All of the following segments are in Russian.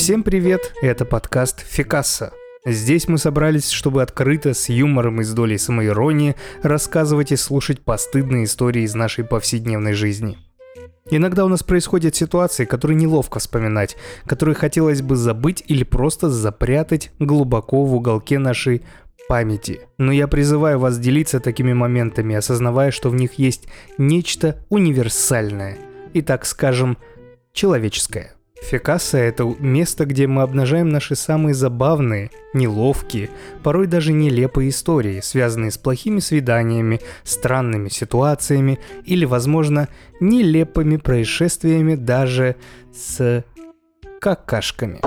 Всем привет, это подкаст «Фикасса». Здесь мы собрались, чтобы открыто, с юмором и с долей самоиронии рассказывать и слушать постыдные истории из нашей повседневной жизни. Иногда у нас происходят ситуации, которые неловко вспоминать, которые хотелось бы забыть или просто запрятать глубоко в уголке нашей памяти. Но я призываю вас делиться такими моментами, осознавая, что в них есть нечто универсальное и, так скажем, человеческое. Фикасса — это место, где мы обнажаем наши самые забавные, неловкие, порой даже нелепые истории, связанные с плохими свиданиями, странными ситуациями или, возможно, нелепыми происшествиями даже с какашками.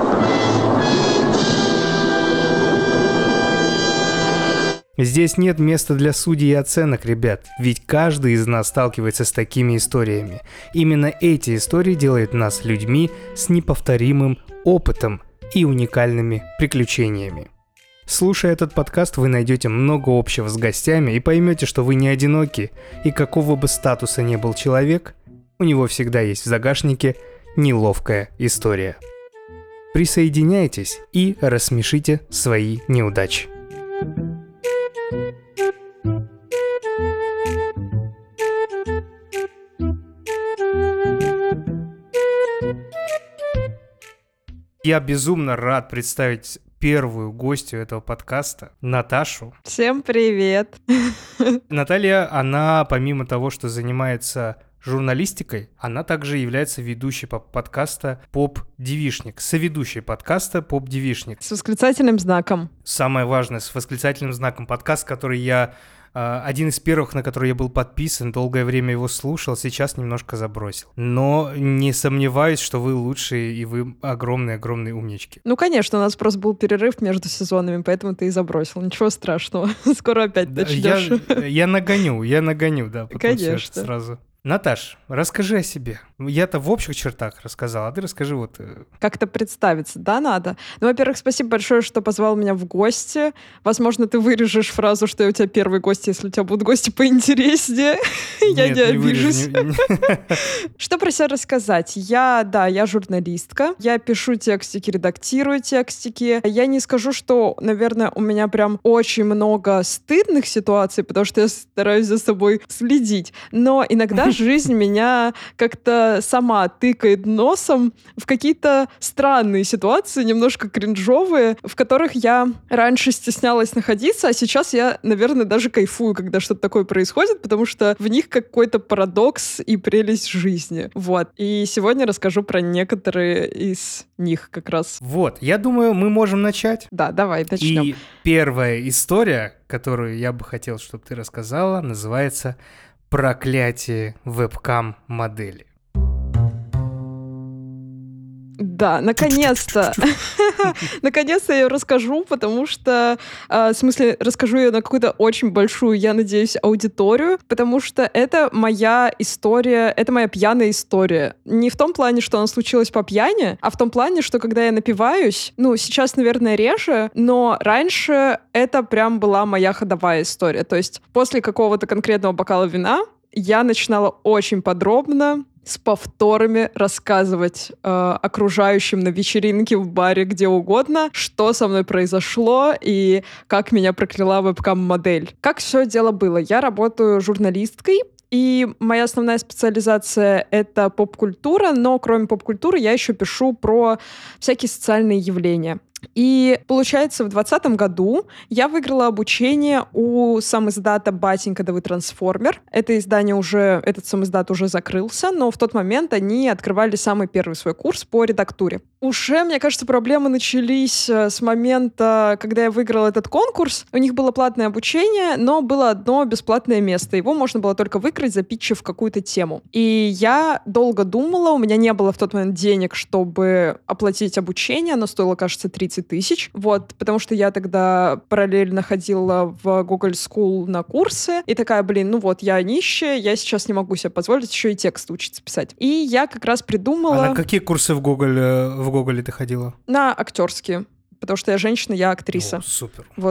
Здесь нет места для судей и оценок, ребят, ведь каждый из нас сталкивается с такими историями. Именно эти истории делают нас людьми с неповторимым опытом и уникальными приключениями. Слушая этот подкаст, вы найдете много общего с гостями и поймете, что вы не одиноки, и какого бы статуса ни был человек, у него всегда есть в загашнике неловкая история. Присоединяйтесь и рассмешите свои неудачи. Я безумно рад представить первую гостью этого подкаста, Наташу. Всем привет! Наталья, она помимо того, что занимается журналистикой, она также является ведущей подкаста «Поп-девишник», соведущей подкаста «Поп-девишник». С восклицательным знаком. Самое важное, с восклицательным знаком. Подкаст, который я... Один из первых, на который я был подписан, долгое время его слушал, сейчас немножко забросил. Но не сомневаюсь, что вы лучшие и вы огромные-огромные умнички. Ну, конечно, у нас просто был перерыв между сезонами, поэтому ты и забросил. Ничего страшного. Скоро опять начнешь. Я нагоню, да, потом конечно. все это сразу. Наташ, расскажи о себе. Я-то в общих чертах рассказал, а ты расскажи вот... Как-то представиться, да, надо? Ну, во-первых, спасибо большое, что позвал меня в гости. Возможно, ты вырежешь фразу, что я у тебя первый гость, если у тебя будут гости поинтереснее. Я не обижусь. Что про себя рассказать? Я журналистка. Я пишу текстики, редактирую текстики. Я не скажу, что, наверное, у меня прям очень много стыдных ситуаций, потому что я стараюсь за собой следить. Но иногда жизнь меня как-то сама тыкает носом в какие-то странные ситуации, немножко кринжовые, в которых я раньше стеснялась находиться, а сейчас я, наверное, даже кайфую, когда что-то такое происходит, потому что в них какой-то парадокс и прелесть жизни. Вот. И сегодня расскажу про некоторые из них как раз. Вот. Я думаю, мы можем начать. Да, давай, начнем. И первая история, которую я бы хотел, чтобы ты рассказала, называется «Проклятие вебкам-модели». Да, наконец-то. Наконец-то я ее расскажу, потому что, в смысле, расскажу ее на какую-то очень большую, я надеюсь, аудиторию, потому что это моя история, это моя пьяная история. Не в том плане, что она случилась по пьяни, а в том плане, что когда я напиваюсь, сейчас, наверное, реже, но раньше это прям была моя ходовая история. То есть после какого-то конкретного бокала вина я начинала очень подробно с повторами рассказывать окружающим на вечеринке, в баре, где угодно, что со мной произошло и как меня прокляла вебкам-модель. Как все дело было? Я работаю журналисткой, и моя основная специализация — это поп-культура, но кроме поп-культуры я еще пишу про всякие социальные явления. И, получается, в 2020 году я выиграла обучение у самиздата «Батенька, да вы трансформер». Этот самиздат уже закрылся, но в тот момент они открывали самый первый свой курс по редактуре. Уже, мне кажется, проблемы начались с момента, когда я выиграла этот конкурс. У них было платное обучение, но было одно бесплатное место. Его можно было только выиграть, запитчив какую-то тему. И я долго думала, у меня не было в тот момент денег, чтобы оплатить обучение. Оно стоило, кажется, 30 тысяч. Вот, потому что я тогда параллельно ходила в Google School на курсы. И такая, я нищая, я сейчас не могу себе позволить еще и текст учиться писать. И я как раз придумала... А на какие курсы в Гугле ты ходила? На актерские. Потому что я женщина, я актриса. О, супер. Вот.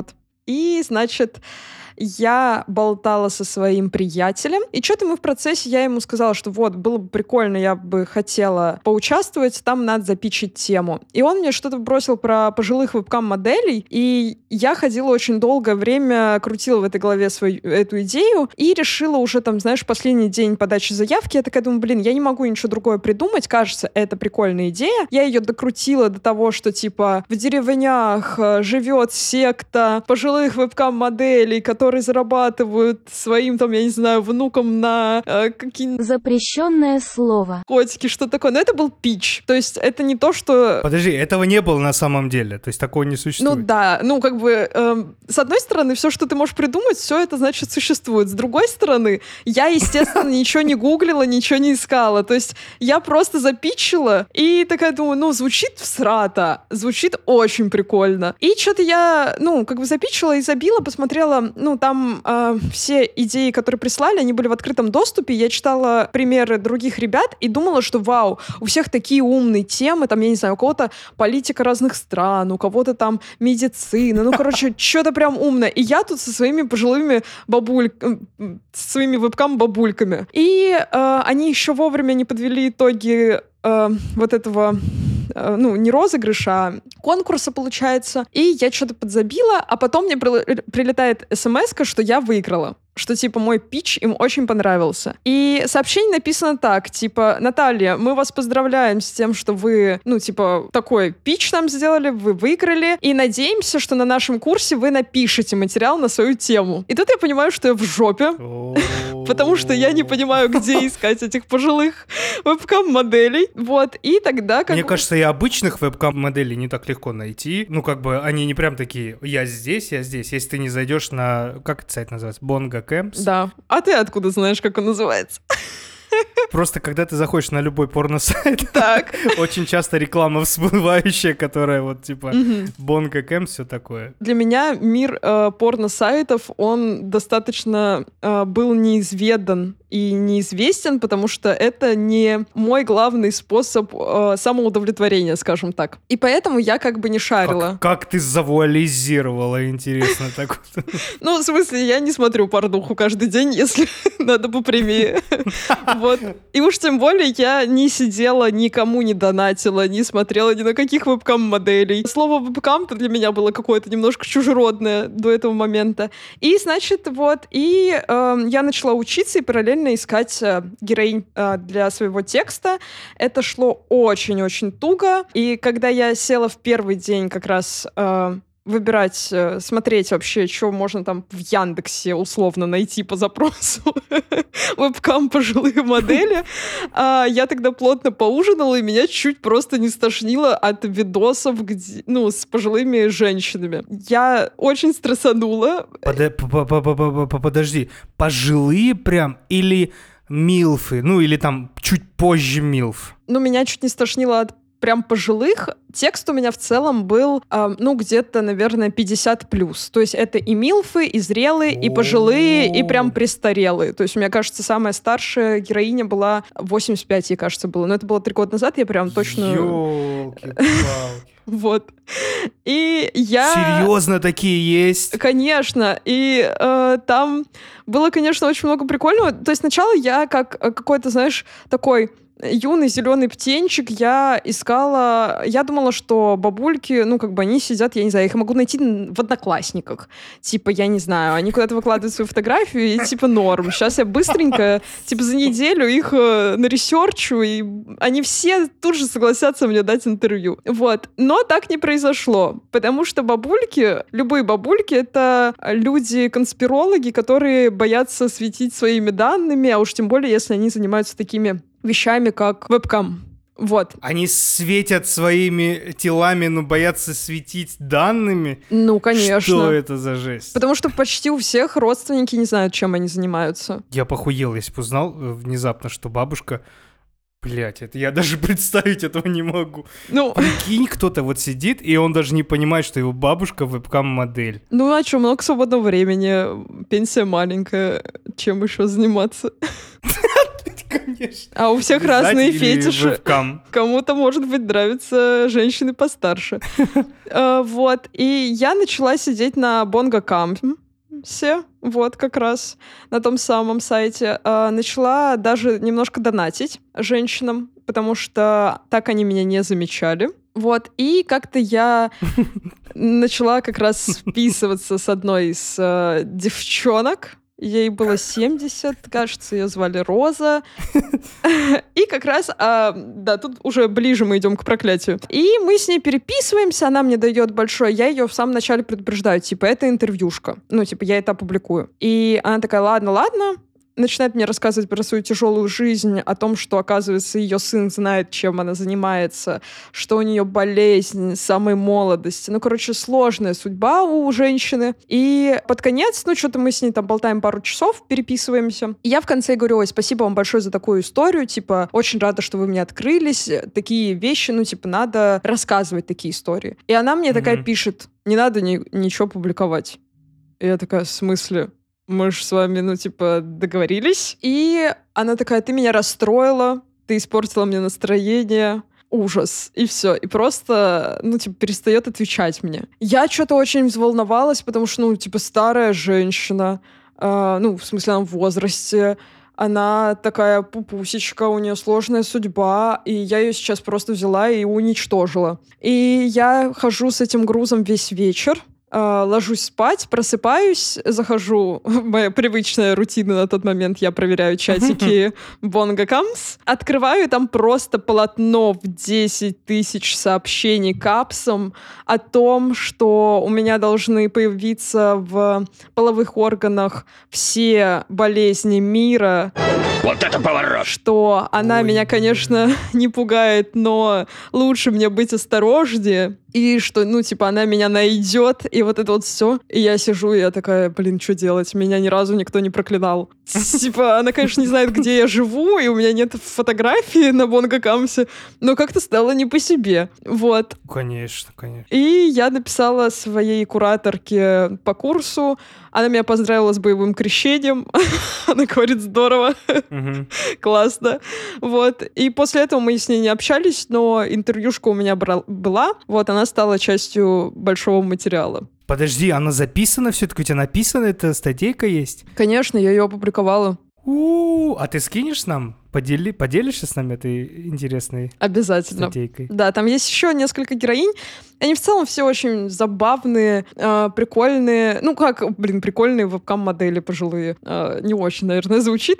И, значит, я болтала со своим приятелем, и что-то мы в процессе, я ему сказала, что вот, было бы прикольно, я бы хотела поучаствовать, там надо запичить тему. И он мне что-то бросил про пожилых вебкам-моделей, и я ходила очень долгое время, крутила в этой голове эту идею, и решила уже там, знаешь, последний день подачи заявки, я такая думаю, я не могу ничего другое придумать, кажется, это прикольная идея. Я ее докрутила до того, что, типа, в деревнях живет секта пожилых вебкам-моделей, которые зарабатывают своим, там, я не знаю, внукам на какие-нибудь... Запрещенное слово. Котики, что такое. Но это был пич. То есть это не то, что... Подожди, этого не было на самом деле. То есть такого не существует. Ну да, с одной стороны, все, что ты можешь придумать, все это, значит, существует. С другой стороны, я, естественно, ничего не гуглила, ничего не искала. То есть я просто запичила и такая думаю, звучит всрато, звучит очень прикольно. И что-то я, запичила и забила, посмотрела, там все идеи, которые прислали, они были в открытом доступе. Я читала примеры других ребят и думала, что вау, у всех такие умные темы, там, я не знаю, у кого-то политика разных стран, у кого-то там медицина, что-то прям умное. И я тут со своими пожилыми со своими вебкам-бабульками. И они еще вовремя не подвели итоги вот этого не розыгрыша, а конкурса, получается. И я что-то подзабила, а потом мне прилетает смс-ка, что я выиграла. Что, типа, мой питч им очень понравился. И сообщение написано так, типа, Наталья, мы вас поздравляем с тем, что вы, такой питч нам сделали, вы выиграли, и надеемся, что на нашем курсе вы напишете материал на свою тему. И тут я понимаю, что я в жопе, потому что я не понимаю, где искать этих пожилых вебкам-моделей. Вот, и тогда... Мне кажется, и обычных вебкам-моделей не так легко найти. Они не прям такие, я здесь. Если ты не зайдешь на... Как этот сайт называется? Bonga Camps. Да. А ты откуда знаешь, как он называется? Просто когда ты заходишь на любой порно-сайт, так. очень часто реклама всплывающая, которая Bonga Camps, все такое. Для меня мир порно-сайтов, он достаточно был неизведан и неизвестен, потому что это не мой главный способ самоудовлетворения, скажем так. И поэтому я не шарила. Как ты завуализировала, интересно. Так вот. В смысле, я не смотрю порнуху каждый день, если надо попрямее. Вот. И уж тем более я не сидела, никому не донатила, не смотрела ни на каких вебкам-моделей. Слово вебкам-то для меня было какое-то немножко чужеродное до этого момента. И, значит, я начала учиться и параллельно искать героинь для своего текста. Это шло очень-очень туго. И когда я села в первый день как раз... выбирать, смотреть вообще, что можно там в Яндексе условно найти по запросу вебкам пожилые модели. Я тогда плотно поужинала, и меня чуть просто не стошнило от видосов с пожилыми женщинами. Я очень стрессанула. Подожди, пожилые прям или милфы? Или там чуть позже милф? Меня чуть не стошнило от прям пожилых. Текст у меня в целом был, где-то, наверное, 50+. То есть это и милфы, и зрелые, и пожилые, и прям престарелые. То есть, мне кажется, самая старшая героиня была 85, ей кажется, было. Но это было 3 года назад, я прям точно... Ёлки-палки. Вот. И я... Серьезно, такие есть? Конечно. И там было, конечно, очень много прикольного. То есть сначала я как какой-то, знаешь, такой... юный зеленый птенчик, я думала, что бабульки, они сидят, я не знаю, их могу найти в Одноклассниках. Типа, я не знаю, они куда-то выкладывают свою фотографию, и норм. Сейчас я быстренько, за неделю их наресерчу, и они все тут же согласятся мне дать интервью. Вот. Но так не произошло, потому что любые бабульки, это люди-конспирологи, которые боятся светить своими данными, а уж тем более, если они занимаются такими вещами, как вебкам. Вот. Они светят своими телами, но боятся светить данными? Конечно. Что это за жесть? Потому что почти у всех родственники не знают, чем они занимаются. Я похуел, если бы узнал внезапно, что бабушка... Блять, это я даже представить этого не могу. Прикинь, кто-то сидит, и он даже не понимает, что его бабушка вебкам-модель. А что, много свободного времени, пенсия маленькая, чем еще заниматься? Конечно. А у всех Вязать разные или фетиши. вебкам. Кому-то, может быть, нравятся женщины постарше. Вот. И я начала сидеть на Bongo Кампсе, вот как раз на том самом сайте. Начала даже немножко донатить женщинам, потому что так они меня не замечали. Вот. И как-то я начала как раз списываться с одной из девчонок. Ей было 70, кажется, ее звали Роза. И как раз, да, тут уже ближе мы идем к проклятию. И мы с ней переписываемся, она мне дает большое, я ее в самом начале предупреждаю, типа, это интервьюшка. Ну, типа, я это опубликую. И она такая, ладно, начинает мне рассказывать про свою тяжелую жизнь, о том, что, оказывается, ее сын знает, чем она занимается, что у нее болезнь с самой молодости. Ну, короче, сложная судьба у женщины. И под конец, ну, что-то мы с ней там болтаем пару часов, переписываемся. И я в конце говорю, ой, спасибо вам большое за такую историю, типа, очень рада, что вы мне открылись, такие вещи, ну, типа, надо рассказывать такие истории. И она мне такая пишет, не надо ничего публиковать. И я такая, в смысле? Мы же с вами, ну, типа, договорились. И она такая, ты меня расстроила, ты испортила мне настроение. Ужас. И все. И просто, ну, типа, перестает отвечать мне. Я что-то очень взволновалась, потому что, ну, типа, старая женщина, ну, в смысле, она в возрасте, она такая пупусечка, у нее сложная судьба, и я ее сейчас просто взяла и уничтожила. И я хожу с этим грузом весь вечер, ложусь спать, просыпаюсь, захожу, моя привычная рутина на тот момент, я проверяю чатики Bongo Camps, открываю там просто полотно в 10 тысяч сообщений капсом о том, что у меня должны появиться в половых органах все болезни мира. Вот это поворот! Что она меня, конечно, не пугает, но лучше мне быть осторожнее. И что, ну, типа, она меня найдет, и вот это вот все. И я сижу, и я такая, блин, что делать? Меня ни разу никто не проклинал. Типа, она, конечно, не знает, где я живу, и у меня нет фотографии на Bongo Camps'е, но как-то стало не по себе. Вот. Конечно. И я написала своей кураторке по курсу. Она меня поздравила с боевым крещением. Она говорит, здорово, классно. Вот. И после этого мы с ней не общались, но интервьюшка у меня была. Вот, она стала частью большого материала. Подожди, она записана все-таки? У тебя написана эта статейка есть? Конечно, я ее опубликовала. А ты скинешь нам? Поделишься с нами этой интересной Обязательно. статейкой? Да, там есть еще несколько героинь. Они в целом все очень забавные, прикольные. Ну как, прикольные вебкам-модели пожилые. Не очень, наверное, звучит.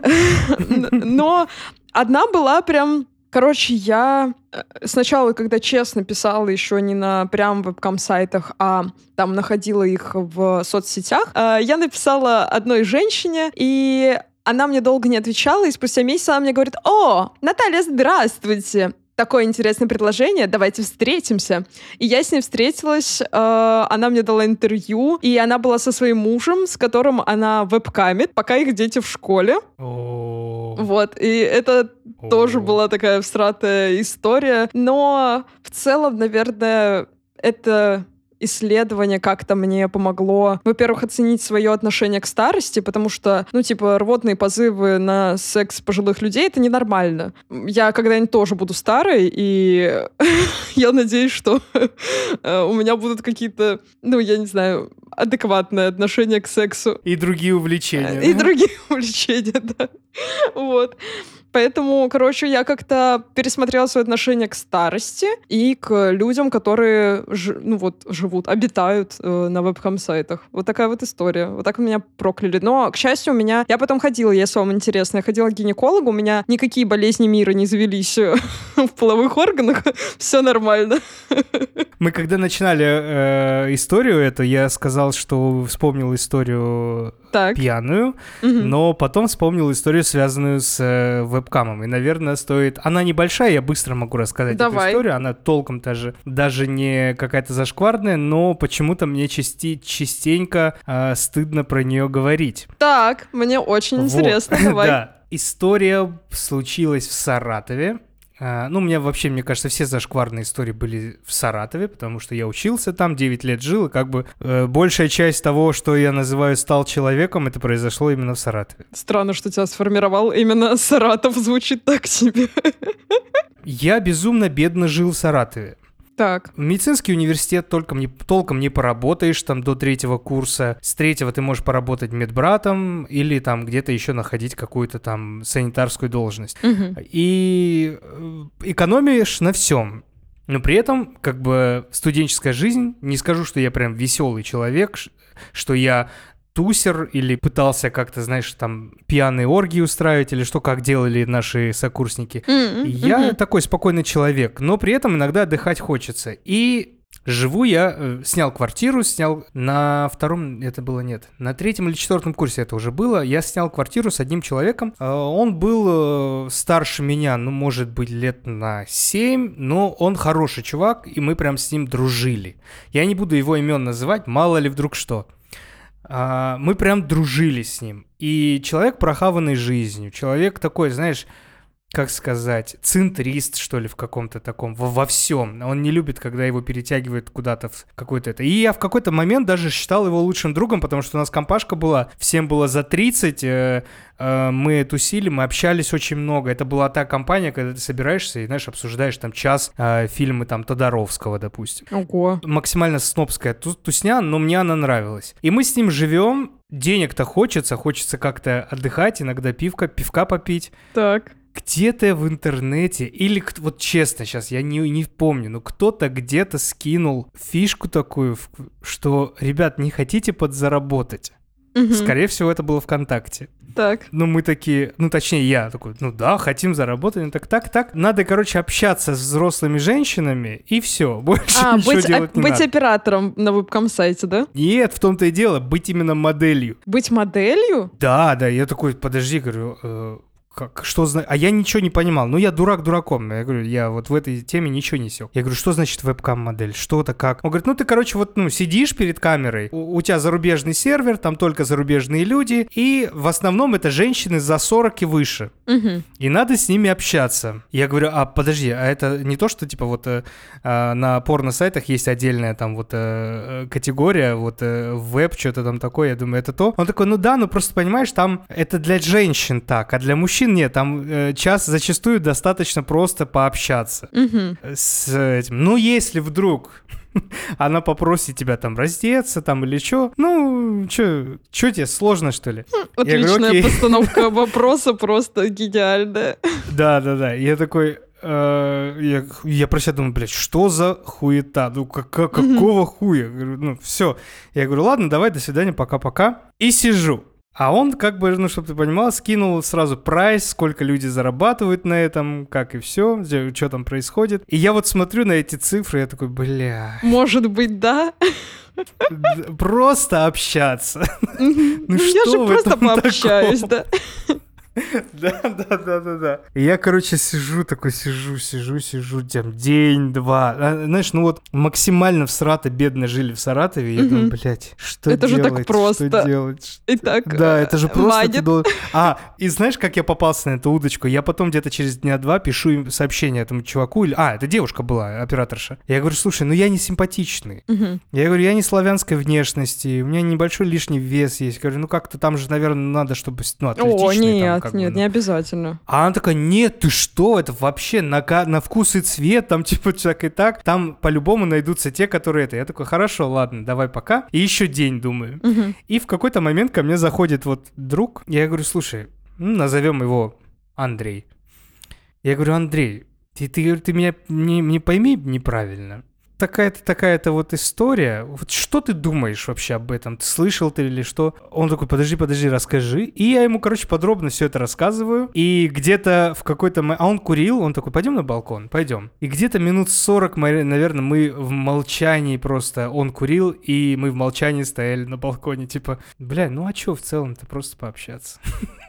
Но одна была прям... Короче, я сначала, когда честно писала еще не на прям вебкам-сайтах, а там находила их в соцсетях, я написала одной женщине, и она мне долго не отвечала, и спустя месяц она мне говорит: «О, Наталья, здравствуйте! Такое интересное предложение, давайте встретимся». И я с ней встретилась, она мне дала интервью, и она была со своим мужем, с которым она вебкамит, пока их дети в школе. Вот, и это тоже была такая всратая история. Но в целом, наверное, это исследование как-то мне помогло, во-первых, оценить свое отношение к старости, потому что, ну, типа, рвотные позывы на секс пожилых людей — это ненормально. Я когда-нибудь тоже буду старой, и я надеюсь, что у меня будут какие-то, ну, я не знаю, адекватное отношение к сексу. И другие увлечения. И другие увлечения, да. Вот. Поэтому, короче, я как-то пересмотрела свое отношение к старости и к людям, которые, живут, обитают на вебкам-сайтах. Вот такая вот история. Вот так меня прокляли. Но, к счастью, я потом ходила, если вам интересно, я ходила к гинекологу, у меня никакие болезни мира не завелись в половых органах, все нормально. Мы когда начинали историю эту, я сказал, что вспомнил историю пьяную, но потом вспомнил историю, связанную с вебкамом. И, наверное, стоит... Она небольшая, я быстро могу рассказать эту историю. Она толком даже не какая-то зашкварная, но почему-то мне частенько стыдно про нее говорить. Так, мне очень интересно, давай. Да. История случилась в Саратове. Ну, у меня вообще, мне кажется, все зашкварные истории были в Саратове, потому что я учился там, 9 лет жил, и как бы большая часть того, что я называю «стал человеком», это произошло именно в Саратове. Странно, что тебя сформировал именно Саратов, звучит так себе. Я безумно бедно жил в Саратове. Так. В медицинский университет толком не поработаешь там до 3-го курса. С 3-го ты можешь поработать медбратом или там где-то еще находить какую-то там санитарскую должность. И экономишь на всем. Но при этом, как бы, студенческая жизнь, не скажу, что я прям веселый человек, что я тусер или пытался как-то, знаешь, там пьяные оргии устраивать или что, как делали наши сокурсники. Я такой спокойный человек, но при этом иногда отдыхать хочется. И живу я, снял квартиру, снял на 2-м, это было нет, на 3-м или 4-м курсе это уже было, я снял квартиру с одним человеком, он был старше меня, ну, может быть, лет на 7, но он хороший чувак, и мы прям с ним дружили. Я не буду его имен называть, мало ли вдруг что. Мы прям дружили с ним. И человек прохаванный жизнью, человек такой, знаешь, как сказать, центрист, что ли, в каком-то таком, во всем. Он не любит, когда его перетягивают куда-то в какое-то это. И я в какой-то момент даже считал его лучшим другом, потому что у нас компашка была, всем было за 30, мы тусили, мы общались очень много. Это была та компания, когда ты собираешься и, знаешь, обсуждаешь там час фильмы там Тодоровского, допустим. Ого. Максимально снобская тусня, но мне она нравилась. И мы с ним живем, денег-то хочется как-то отдыхать, иногда пивка попить. Так. Где-то в интернете, или вот честно сейчас, я не помню, но кто-то где-то скинул фишку такую, что, ребят, не хотите подзаработать? Скорее всего, это было ВКонтакте. Так. Ну, мы такие, ну, точнее, я такой, ну да, хотим заработать. Ну, так. Надо, короче, общаться с взрослыми женщинами, и все, больше ничего делать не надо. Быть оператором на веб-кам-сайте, да? Нет, в том-то и дело, быть именно моделью. Быть моделью? Да, я такой, подожди, говорю, что значит? А я ничего не понимал. Ну, я дурак дураком. Я говорю, я вот в этой теме ничего не сёк. Я говорю, что значит вебкам-модель? Что это, как? Он говорит, ну, ты, короче, вот, сидишь перед камерой, у тебя зарубежный сервер, там только зарубежные люди, и в основном это женщины за 40 и выше. И надо с ними общаться. Я говорю, а подожди, а это не то, что, типа, вот на порно-сайтах есть отдельная там вот категория, вот веб, что-то там такое, я думаю, это то? Он такой, ну да, ну просто, понимаешь, там это для женщин так, а для мужчин нет, там зачастую достаточно просто пообщаться с этим. Ну, если вдруг она попросит тебя там раздеться там или что, ну, что тебе сложно, что ли? Отличная постановка вопроса, просто гениальная. Да. Я такой... Я про себя думаю, блядь, что за хуета? Ну, какого хуя? Я говорю, ну, все. Я говорю, ладно, давай, до свидания, пока-пока. И сижу. А он, как бы, ну, чтобы ты понимал, скинул сразу прайс, сколько люди зарабатывают на этом, как и все, что там происходит. И я вот смотрю на эти цифры, я такой, бля... Может быть, да? Просто общаться. Ну, я же просто пообщаюсь, да? Да. И я, короче, сижу, там, день-два. Знаешь, ну вот максимально всрато бедно жили в Саратове. Я думаю, блядь, что делать? Это же так просто. Что делать? И так да, это же просто... И знаешь, как я попался на эту удочку? Я потом где-то через дня 2 пишу им сообщение этому чуваку. Это девушка была, операторша. Я говорю, слушай, ну я не симпатичный. Я говорю, я не славянской внешности, у меня небольшой лишний вес есть. Я говорю, ну как-то там же, наверное, надо, чтобы, ну, атлетичный. О, нет, не обязательно. А она такая, нет, ты что, это вообще на вкус и цвет, там типа так и так, там по-любому найдутся те, которые это. Я такой, хорошо, ладно, давай пока. И еще день, думаю. И в какой-то момент ко мне заходит вот друг, я говорю, слушай, назовем его Андрей. Я говорю, Андрей, ты меня не пойми неправильно. Такая-то вот история. Вот что ты думаешь вообще об этом? Ты слышал ты или что? Он такой, подожди, расскажи. И я ему, короче, подробно все это рассказываю. И где-то в какой-то... А он курил, он такой, пойдем на балкон? Пойдем. И где-то минут 40, наверное, мы в молчании просто... Он курил, и мы в молчании стояли на балконе. Типа, бля, ну а что в целом-то? Просто пообщаться.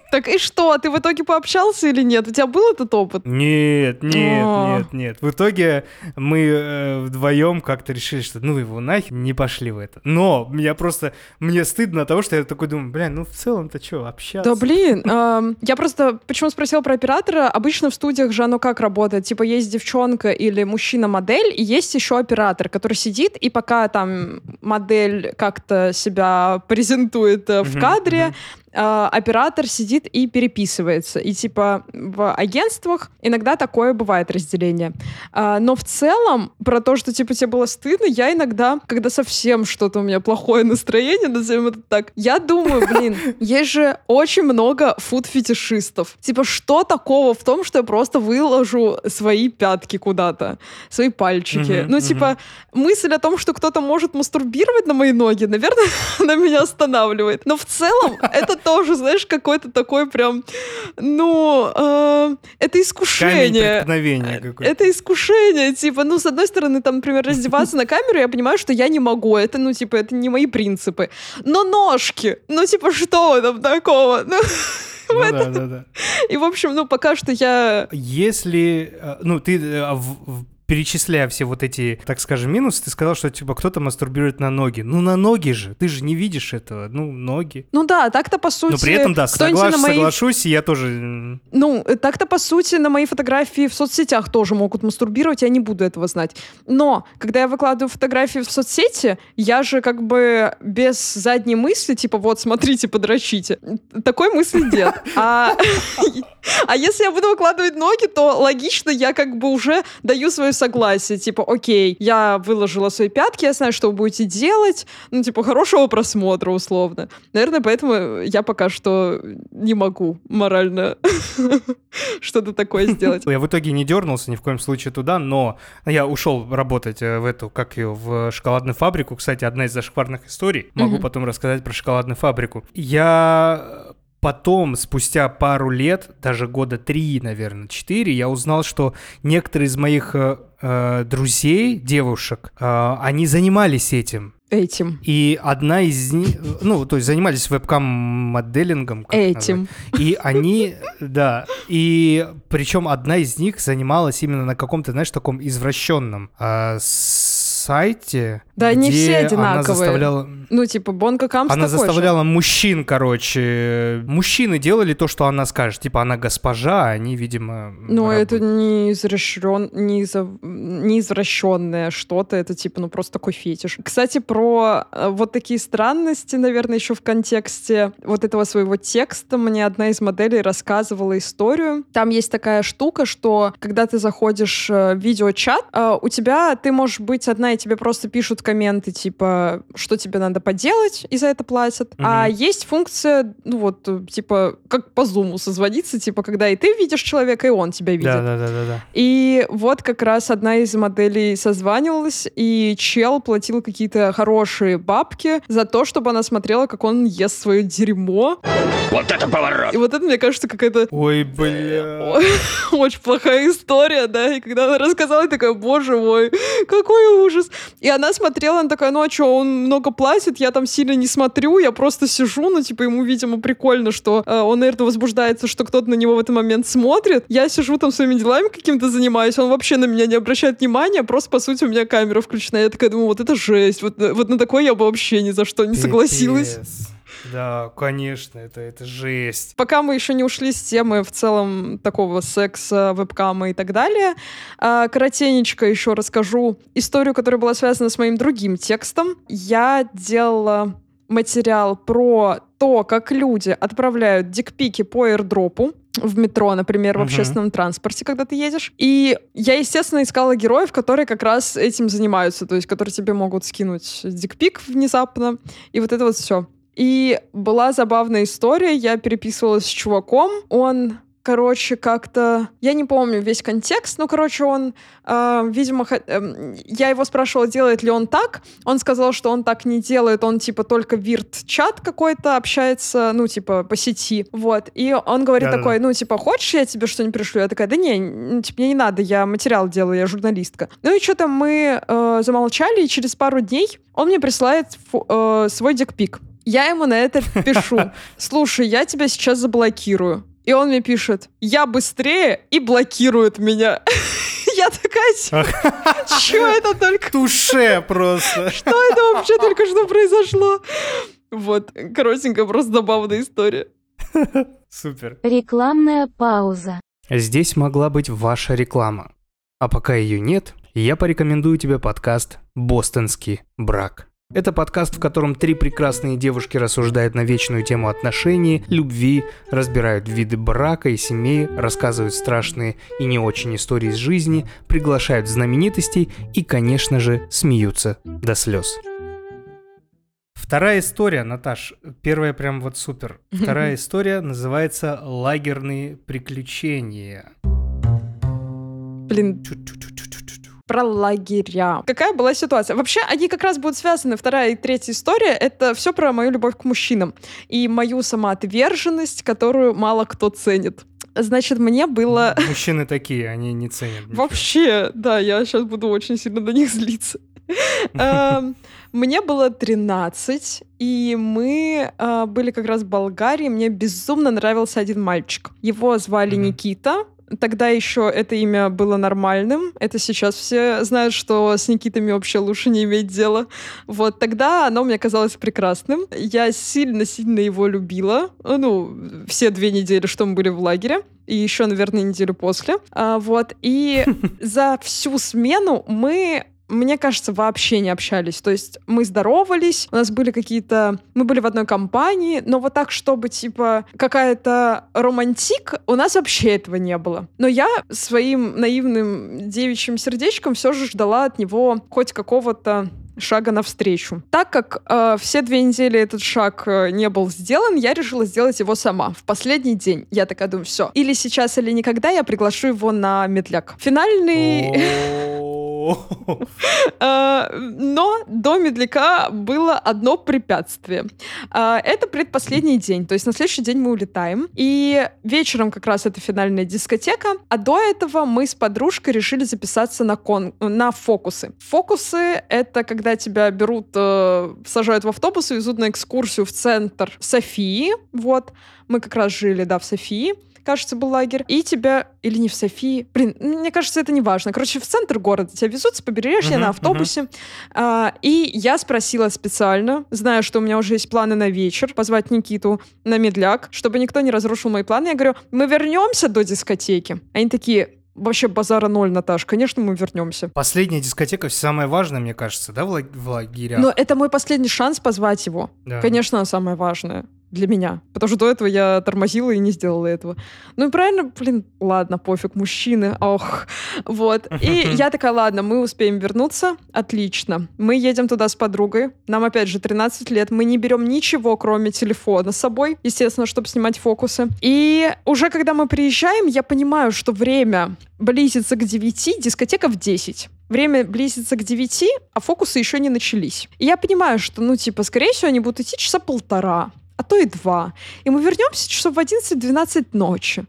Так и что, ты в итоге пообщался или нет? У тебя был этот опыт? Нет. В итоге мы вдвоем как-то решили, что ну его нахер, не пошли в это. Но мне стыдно от того, что я такой думаю, ну в целом-то что, общаться? Да блин, я просто почему спросила про оператора. Обычно в студиях же оно как работает? Типа есть девчонка или мужчина-модель, и есть еще оператор, который сидит, и пока там модель как-то себя презентует в кадре, оператор сидит и переписывается. И типа в агентствах иногда такое бывает разделение. Но в целом про то, что типа тебе было стыдно, я иногда, когда совсем что-то у меня плохое настроение, назовем это так, я думаю, есть же очень много фуд-фетишистов. Типа что такого в том, что я просто выложу свои пятки куда-то, свои пальчики? Типа мысль о том, что кто-то может мастурбировать на мои ноги, наверное, она меня останавливает. Но в целом это тоже, знаешь, какой-то такой прям, это искушение. Камень преткновения какой-то. Это искушение, типа, с одной стороны, там, например, раздеваться на камеру, я понимаю, что я не могу, это, это не мои принципы. Но ножки, что там такого? Да. И, в общем, пока что я... Если, ты перечисляя все вот эти, так скажем, минусы, ты сказал, что типа кто-то мастурбирует на ноги. Ну, на ноги же, ты же не видишь этого. Ну, ноги. Ну да, так-то по сути... Но при этом, да, соглашусь, я тоже... Ну, так-то по сути на мои фотографии в соцсетях тоже могут мастурбировать, я не буду этого знать. Но, когда я выкладываю фотографии в соцсети, я же как бы без задней мысли, типа, вот, смотрите, подрочите. Такой мысли нет. А если я буду выкладывать ноги, то логично я как бы уже даю свое согласие. Типа, окей, я выложила свои пятки, я знаю, что вы будете делать. Хорошего просмотра, условно. Наверное, поэтому я пока что не могу морально что-то такое сделать. Я в итоге не дернулся ни в коем случае туда, но я ушел работать в шоколадную фабрику. Кстати, одна из зашкварных историй. Могу потом рассказать про шоколадную фабрику. Я... Потом, спустя пару лет, даже года 3, наверное, 4, я узнал, что некоторые из моих друзей, девушек, они занимались этим. И одна из них, то есть занимались вебкам-моделингом. Этим. И они, да, и причем одна из них занималась именно на каком-то, знаешь, таком извращенном сайте. Да, где не все одинаковые. Она заставляла... Бонго Камс она такой заставляла мужчин, мужчины делали то, что она скажет. Типа, она госпожа, а они, видимо... это не извращенное что-то, это просто такой фетиш. Кстати, про вот такие странности, наверное, еще в контексте вот этого своего текста мне одна из моделей рассказывала историю. Там есть такая штука, что когда ты заходишь в видеочат, ты можешь быть одна, и тебе просто пишут комменты, типа, что тебе надо поделать, и за это платят. А есть функция, как по зуму созвониться, когда и ты видишь человека, и он тебя видит. Да. И вот как раз одна из моделей созванивалась, и чел платил какие-то хорошие бабки за то, чтобы она смотрела, как он ест свое дерьмо. Вот это поворот! И вот это, мне кажется, какая-то... Ой, бля... Очень плохая история, да? И когда она рассказала, я такая, боже мой, какой ужас. И она смотрела, она такая, а что, он много платит, я там сильно не смотрю, я просто сижу, ему, видимо, прикольно, что он, наверное, возбуждается, что кто-то на него в этот момент смотрит. Я сижу там своими делами какими-то занимаюсь, он вообще на меня не обращает внимания, просто, по сути, у меня камера включена. Я такая думаю, вот это жесть, вот на такое я бы вообще ни за что не согласилась. Да, конечно, это жесть. Пока мы еще не ушли с темы в целом такого секса, вебкама и так далее, коротенечко еще расскажу историю, которая была связана с моим другим текстом. Я делала материал про то, как люди отправляют дикпики по аирдропу в метро, например, в общественном транспорте, когда ты едешь. И я, естественно, искала героев, которые как раз этим занимаются, то есть которые тебе могут скинуть дикпик внезапно, и вот это вот все. И была забавная история, я переписывалась с чуваком, он... как-то... Я не помню весь контекст, но, он, видимо... я его спрашивала, делает ли он так. Он сказал, что он так не делает, он, только вирт-чат какой-то общается, по сети. Вот. И он говорит такой, хочешь, я тебе что-нибудь пришлю? Я такая, да не, мне не надо, я материал делаю, я журналистка. Ну и что-то мы замолчали, и через пару дней он мне присылает свой дикпик. Я ему на это пишу: слушай, я тебя сейчас заблокирую. И он мне пишет: я быстрее, и блокирует меня. Я такая, что это только... Туше просто. Что это вообще только что произошло? Вот, коротенькая, просто забавная история. Супер. Рекламная пауза. Здесь могла быть ваша реклама. А пока ее нет, я порекомендую тебе подкаст «Бостонский брак». Это подкаст, в котором 3 прекрасные девушки рассуждают на вечную тему отношений, любви, разбирают виды брака и семей, рассказывают страшные и не очень истории из жизни, приглашают знаменитостей и, конечно же, смеются до слез. Вторая история, Наташ, первая прям вот супер. Вторая история называется «Лагерные приключения». Блин, про лагеря. Какая была ситуация? Вообще, они как раз будут связаны. Вторая и третья история — это все про мою любовь к мужчинам и мою самоотверженность, которую мало кто ценит. Значит, мне было... Мужчины такие, они не ценят. Вообще, да, я сейчас буду очень сильно на них злиться. Мне было 13, и мы были как раз в Болгарии. Мне безумно нравился один мальчик. Его звали Никита. Тогда еще это имя было нормальным. Это сейчас все знают, что с Никитами вообще лучше не иметь дела. Вот тогда оно мне казалось прекрасным. Я сильно-сильно его любила. Ну, все 2 недели, что мы были в лагере. И еще, наверное, неделю после. Вот. И за всю смену мы... Мне кажется, вообще не общались. То есть мы здоровались, у нас были какие-то... Мы были в одной компании, но вот так, чтобы, типа, какая-то романтик, у нас вообще этого не было. Но я своим наивным девичьим сердечком все же ждала от него хоть какого-то шага навстречу. Так как все 2 недели этот шаг не был сделан, я решила сделать его сама. В последний день я такая думаю: все, или сейчас, или никогда я приглашу его на медляк. Финальный... Но до медляка было одно препятствие. Это предпоследний день, то есть на следующий день мы улетаем. И вечером как раз это финальная дискотека, а до этого мы с подружкой решили записаться на фокусы. Фокусы — это когда тебя берут, сажают в автобус и везут на экскурсию в центр Софии. Вот. Мы как раз жили, да, в Софии. Кажется, был лагерь, и тебя... Или не в Софии. Блин, мне кажется, это не важно. Короче, в центр города тебя везут с побережья на автобусе. И я спросила специально, зная, что у меня уже есть планы на вечер, позвать Никиту на медляк, чтобы никто не разрушил мои планы. Я говорю: мы вернемся до дискотеки? Они такие: вообще базара 0, Наташ, конечно, мы вернемся. Последняя дискотека самая важная, мне кажется, да, в лагерях? Но это мой последний шанс позвать его. Да. Конечно, она самая важная для меня. Потому что до этого я тормозила и не сделала этого. Ну и правильно, блин, ладно, пофиг, мужчины, ох. Вот. И я такая: ладно, мы успеем вернуться, отлично. Мы едем туда с подругой, нам опять же 13 лет, мы не берем ничего, кроме телефона с собой, естественно, чтобы снимать фокусы. И уже когда мы приезжаем, я понимаю, что время близится к 9, дискотека в 10. Время близится к 9, а фокусы еще не начались. И я понимаю, что, ну, типа, скорее всего, они будут идти часа 1,5, а то и 2. И мы вернемся часов в 11-12 ночи.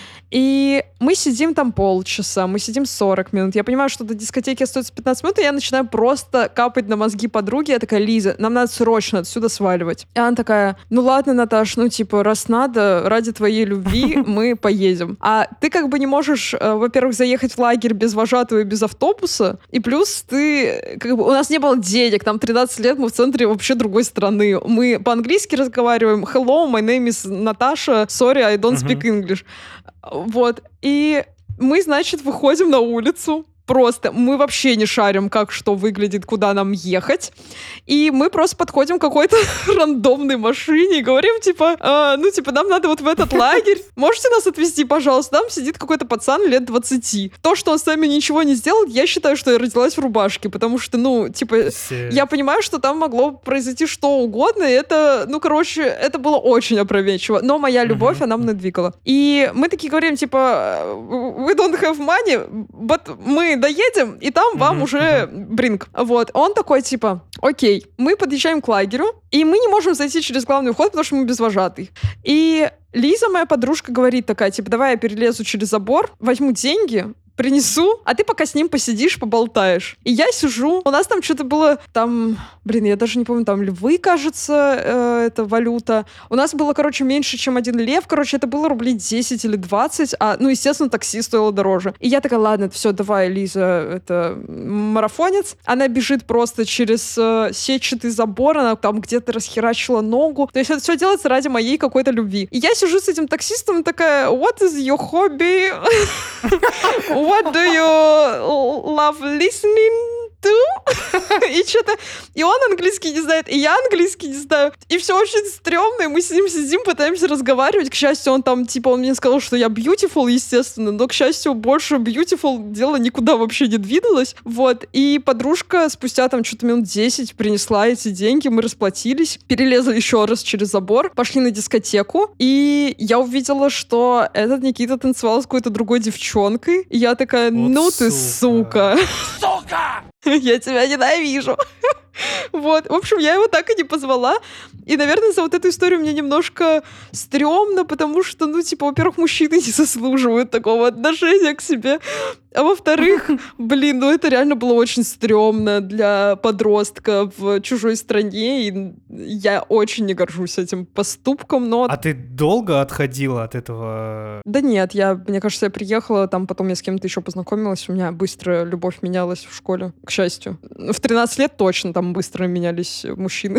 И мы сидим там полчаса, мы сидим 40 минут. Я понимаю, что до дискотеки остается 15 минут, и я начинаю просто капать на мозги подруги. Я такая: Лиза, нам надо срочно отсюда сваливать. И она такая: ну ладно, Наташ, ну типа, раз надо, ради твоей любви мы поедем. А ты как бы не можешь, во-первых, заехать в лагерь без вожатого и без автобуса, и плюс ты, как бы, у нас не было денег, нам 13 лет, мы в центре вообще другой страны. Мы по-английски разговариваем: hello, my name is Natasha, sorry, I don't speak English. Вот. И мы, значит, выходим на улицу. Просто мы вообще не шарим, как что выглядит, куда нам ехать. И мы просто подходим к какой-то рандомной машине и говорим, типа, ну, типа, нам надо вот в этот лагерь. Можете нас отвезти, пожалуйста? Там сидит какой-то пацан лет 20. То, что он с нами ничего не сделал, я считаю, что я родилась в рубашке, потому что, ну, типа, я понимаю, что там могло произойти что угодно, и это, ну, короче, это было очень опрометчиво. Но моя любовь, она мной двигала. И мы такие говорим, типа, we don't have money, but мы доедем, и там вам уже бринг. Вот. Он такой, типа, окей, мы подъезжаем к лагерю, и мы не можем зайти через главный вход, потому что мы безвожатый. И Лиза, моя подружка, говорит такая, типа, давай я перелезу через забор, возьму деньги, принесу, а ты пока с ним посидишь, поболтаешь. И я сижу, у нас там что-то было, там, я даже не помню, там львы, кажется, это валюта. У нас было, короче, меньше, чем 1 лев, короче, это было рублей 10 или 20, естественно, такси стоило дороже. И я такая, ладно, все, давай, Лиза, это марафонец. Она бежит просто через сетчатый забор, она там где-то расхерачила ногу. То есть это все делается ради моей какой-то любви. И я сижу с этим таксистом такая, what is your hobby? What do you love listening to? И что-то... И он английский не знает, и я английский не знаю. И все очень стрёмно, и мы с ним сидим, пытаемся разговаривать. К счастью, он там, он мне сказал, что я beautiful, естественно, но, к счастью, больше beautiful дело никуда вообще не двинулось. Вот. И подружка спустя там что-то минут 10 принесла эти деньги, мы расплатились, перелезли еще раз через забор, пошли на дискотеку, и я увидела, что этот Никита танцевал с какой-то другой девчонкой. И я такая, ты сука! Сука! Я тебя ненавижу. Вот. В общем, я его так и не позвала. И, наверное, за вот эту историю мне немножко стрёмно, потому что, во-первых, мужчины не заслуживают такого отношения к себе. А во-вторых, это реально было очень стрёмно для подростка в чужой стране, и я очень не горжусь этим поступком, но... А ты долго отходила от этого? Да нет, мне кажется, я приехала, там потом я с кем-то еще познакомилась, у меня быстро любовь менялась в школе, к счастью. В 13 лет точно там быстро менялись мужчины.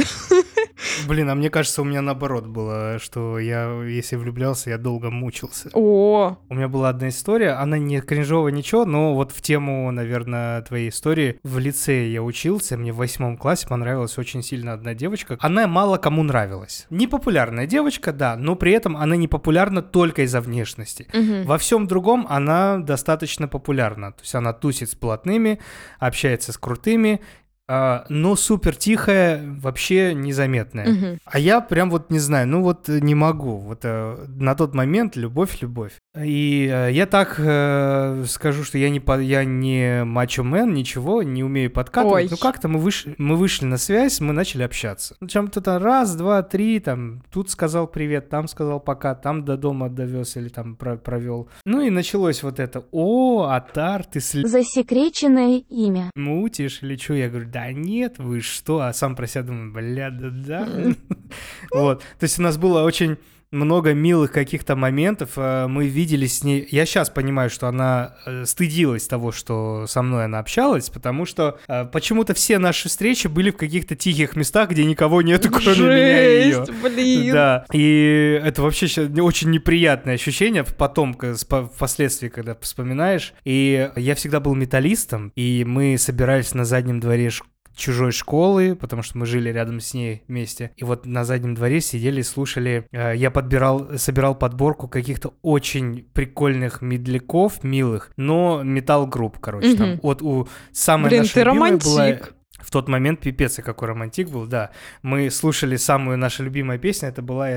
А мне кажется, у меня наоборот было, что если влюблялся, я долго мучился. О! У меня была одна история, она не кринжовая, ничего, но вот в тему, наверное, твоей истории. В лицее я учился, мне в 8 классе понравилась очень сильно одна девочка. Она мало кому нравилась. Непопулярная девочка, да, но при этом она не популярна только из-за внешности. Угу. Во всем другом она достаточно популярна. То есть она тусит с блатными, общается с крутыми, но супер тихая, вообще незаметная. Угу. А я прям не знаю, не могу. На тот момент любовь. И я так скажу, что я не мачо-мен, ничего, не умею подкатывать. Ой. Как-то мы вышли на связь, мы начали общаться. Чем-то там 1, 2, 3, там, тут сказал привет, там сказал пока, там до дома довез или там провел. И началось это. Атар, ты Засекреченное имя. мутишь или что? Я говорю, да нет, вы что? А сам про себя думаю, да. Вот. То есть у нас было очень много милых каких-то моментов. Мы виделись с ней. Я сейчас понимаю, что она стыдилась того, что со мной она общалась, потому что почему-то все наши встречи были в каких-то тихих местах, где никого нету, кроме меня и ее. Блин. Да. И это вообще очень неприятное ощущение потом, впоследствии, когда вспоминаешь. И я всегда был металлистом, и мы собирались на заднем дворе чужой школы, потому что мы жили рядом с ней вместе. И на заднем дворе сидели, слушали. Я собирал подборку каких-то очень прикольных медляков, милых, но метал-групп, короче. Там у самой нашей любимой была... В тот момент пипец, какой романтик был, да. Мы слушали самую нашу любимую песню, это была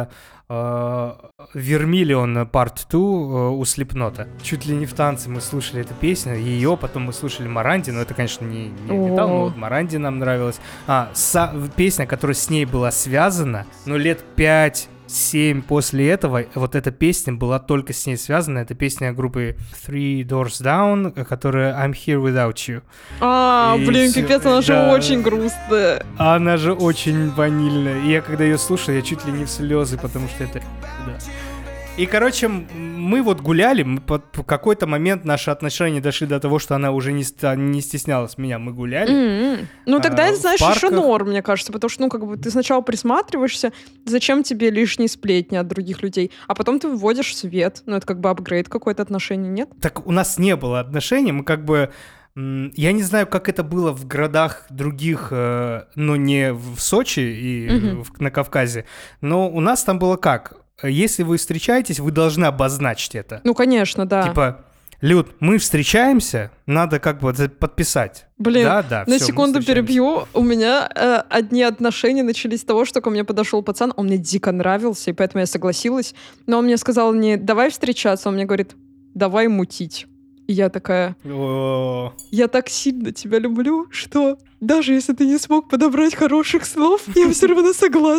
Vermilion Part 2 у Слипнота. Чуть ли не в танце мы слушали эту песню, ее, потом мы слушали Моранди, но это, конечно, не металл, но Моранди нам нравилась. Песня, которая с ней была связана, но лет 5-7 после этого, эта песня была только с ней связана. Это песня группы Three Doors Down, которая I'm Here Without You. Пипец, она же очень грустная. Она же очень ванильная. И я когда ее слушал, я чуть ли не в слезы, потому что это... Да. И, короче, мы гуляли, в какой-то момент наши отношения дошли до того, что она уже не стеснялась меня, мы гуляли. Тогда это, знаешь, еще норм, мне кажется, потому что, ты сначала присматриваешься, зачем тебе лишние сплетни от других людей, а потом ты вводишь в свет, это апгрейд какой-то отношений, нет? Так у нас не было отношений, мы я не знаю, как это было в городах других, но не в Сочи и на Кавказе, но у нас там было как? Если вы встречаетесь, вы должны обозначить это. Конечно, да. Люд, мы встречаемся, надо подписать. Блин, да, на всё, секунду перебью. У меня одни отношения начались с того, что ко мне подошел пацан, он мне дико нравился, и поэтому я согласилась. Но он мне сказал не давай встречаться, он мне говорит, давай мутить. И я такая, я так сильно тебя люблю, что даже если ты не смог подобрать хороших слов, я все равно согласна.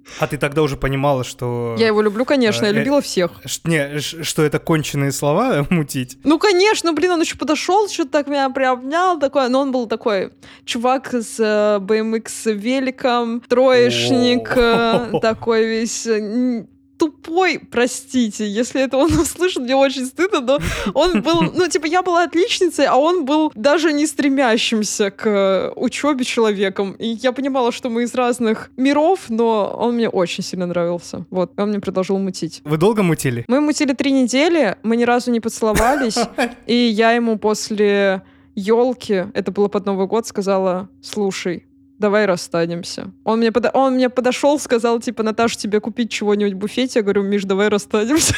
А ты тогда уже понимала, что... Я его люблю, конечно, я любила всех. Что это конченые слова мутить? Ну, конечно, блин, он еще подошел, что-то так меня приобнял, такой, но он был такой чувак с BMX великом, троечник, такой весь тупой, простите, если это он услышит, мне очень стыдно, но он был, ну, типа, я была отличницей, а он был даже не стремящимся к учебе человеком. И я понимала, что мы из разных миров, но он мне очень сильно нравился. Вот, он мне предложил мутить. Вы долго мутили? Мы мутили 3 недели, мы ни разу не поцеловались, и я ему после елки, это было под Новый год, сказала: слушай, давай расстанемся. Он мне подошел, сказал, типа, Наташа, тебе купить чего-нибудь в буфете? Я говорю: Миш, давай расстанемся.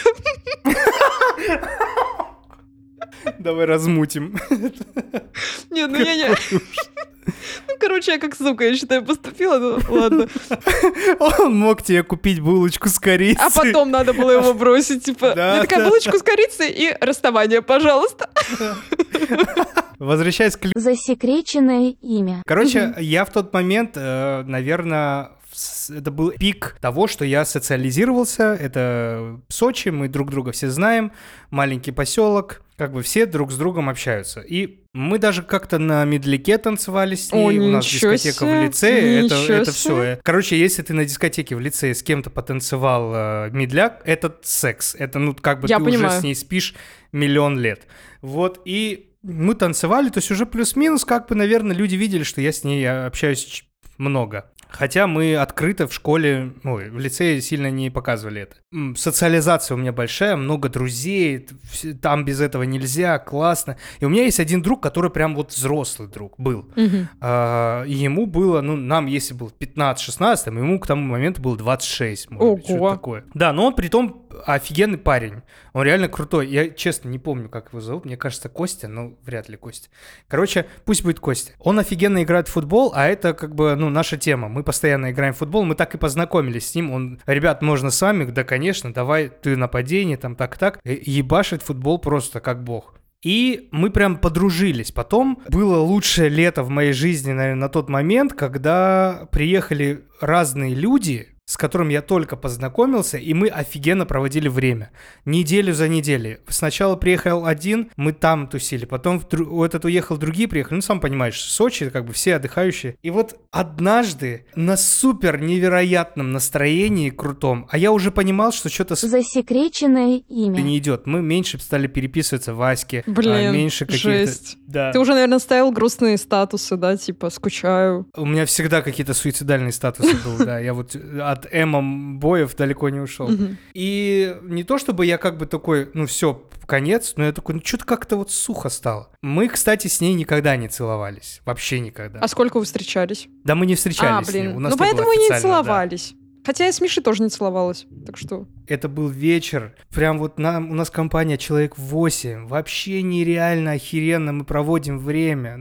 Давай размутим. Нет, ну я не... Ну, короче, я как сука, я считаю, поступила, ну ладно. Он мог тебе купить булочку с корицей. А потом надо было его бросить, типа, я такая: булочку с корицей и расставание, пожалуйста. Возвращаясь к... Засекреченное имя. Короче, я в тот момент, наверное, это был пик того, что я социализировался. Это Сочи, мы друг друга все знаем, маленький поселок, как бы все друг с другом общаются. И мы даже как-то на медляке танцевали с ней. У нас дискотека в лицее. Это все. Короче, если ты на дискотеке в лицее с кем-то потанцевал медляк, это секс. Это, ну, как бы ты уже с ней спишь миллион лет. Вот, и мы танцевали, то есть уже плюс-минус, как бы, наверное, люди видели, что я с ней общаюсь много. Хотя мы открыто в школе, в лицее сильно не показывали это. Социализация у меня большая, много друзей, там без этого нельзя, классно. И у меня есть один друг, который прям вот взрослый друг был. И ему было, нам, если было 15-16, ему к тому моменту было 26, может быть, что-то такое. Да, но он притом офигенный парень. Он реально крутой. Я, честно, не помню, как его зовут. Мне кажется, Костя, но вряд ли Костя. Короче, пусть будет Костя. Он офигенно играет в футбол, а это как бы, наша тема. Мы постоянно играем в футбол, мы так и познакомились с ним. Он: ребят, можно с вами? Да, конечно, давай, ты нападение, там так. Ебашит футбол просто как бог. И мы прям подружились. Потом было лучшее лето в моей жизни, наверное, на тот момент, когда приехали разные люди, с которым я только познакомился, и мы офигенно проводили время. Неделю за неделей. Сначала приехал один, мы там тусили, потом этот уехал, другие приехали. Сам понимаешь, Сочи, как бы все отдыхающие. И вот однажды на супер невероятном настроении крутом, а я уже понимал, что что-то... Засекреченное имя. Не идет. Мы меньше стали переписываться в Ваське. Блин, меньше какие-то... жесть. Да. Ты уже, наверное, ставил грустные статусы, да, типа скучаю. У меня всегда какие-то суицидальные статусы были, да. Я вот от боев далеко не ушел. И не то чтобы я как бы такой, все, конец, но я такой, что-то как-то вот сухо стало. Мы, кстати, с ней никогда не целовались. Вообще никогда. А сколько вы встречались? Да мы не встречались с ней. У нас поэтому и не целовались. Да. Хотя я с Мишей тоже не целовалась, так что... Это был вечер, прям вот у нас компания человек 8, вообще нереально охеренно мы проводим время,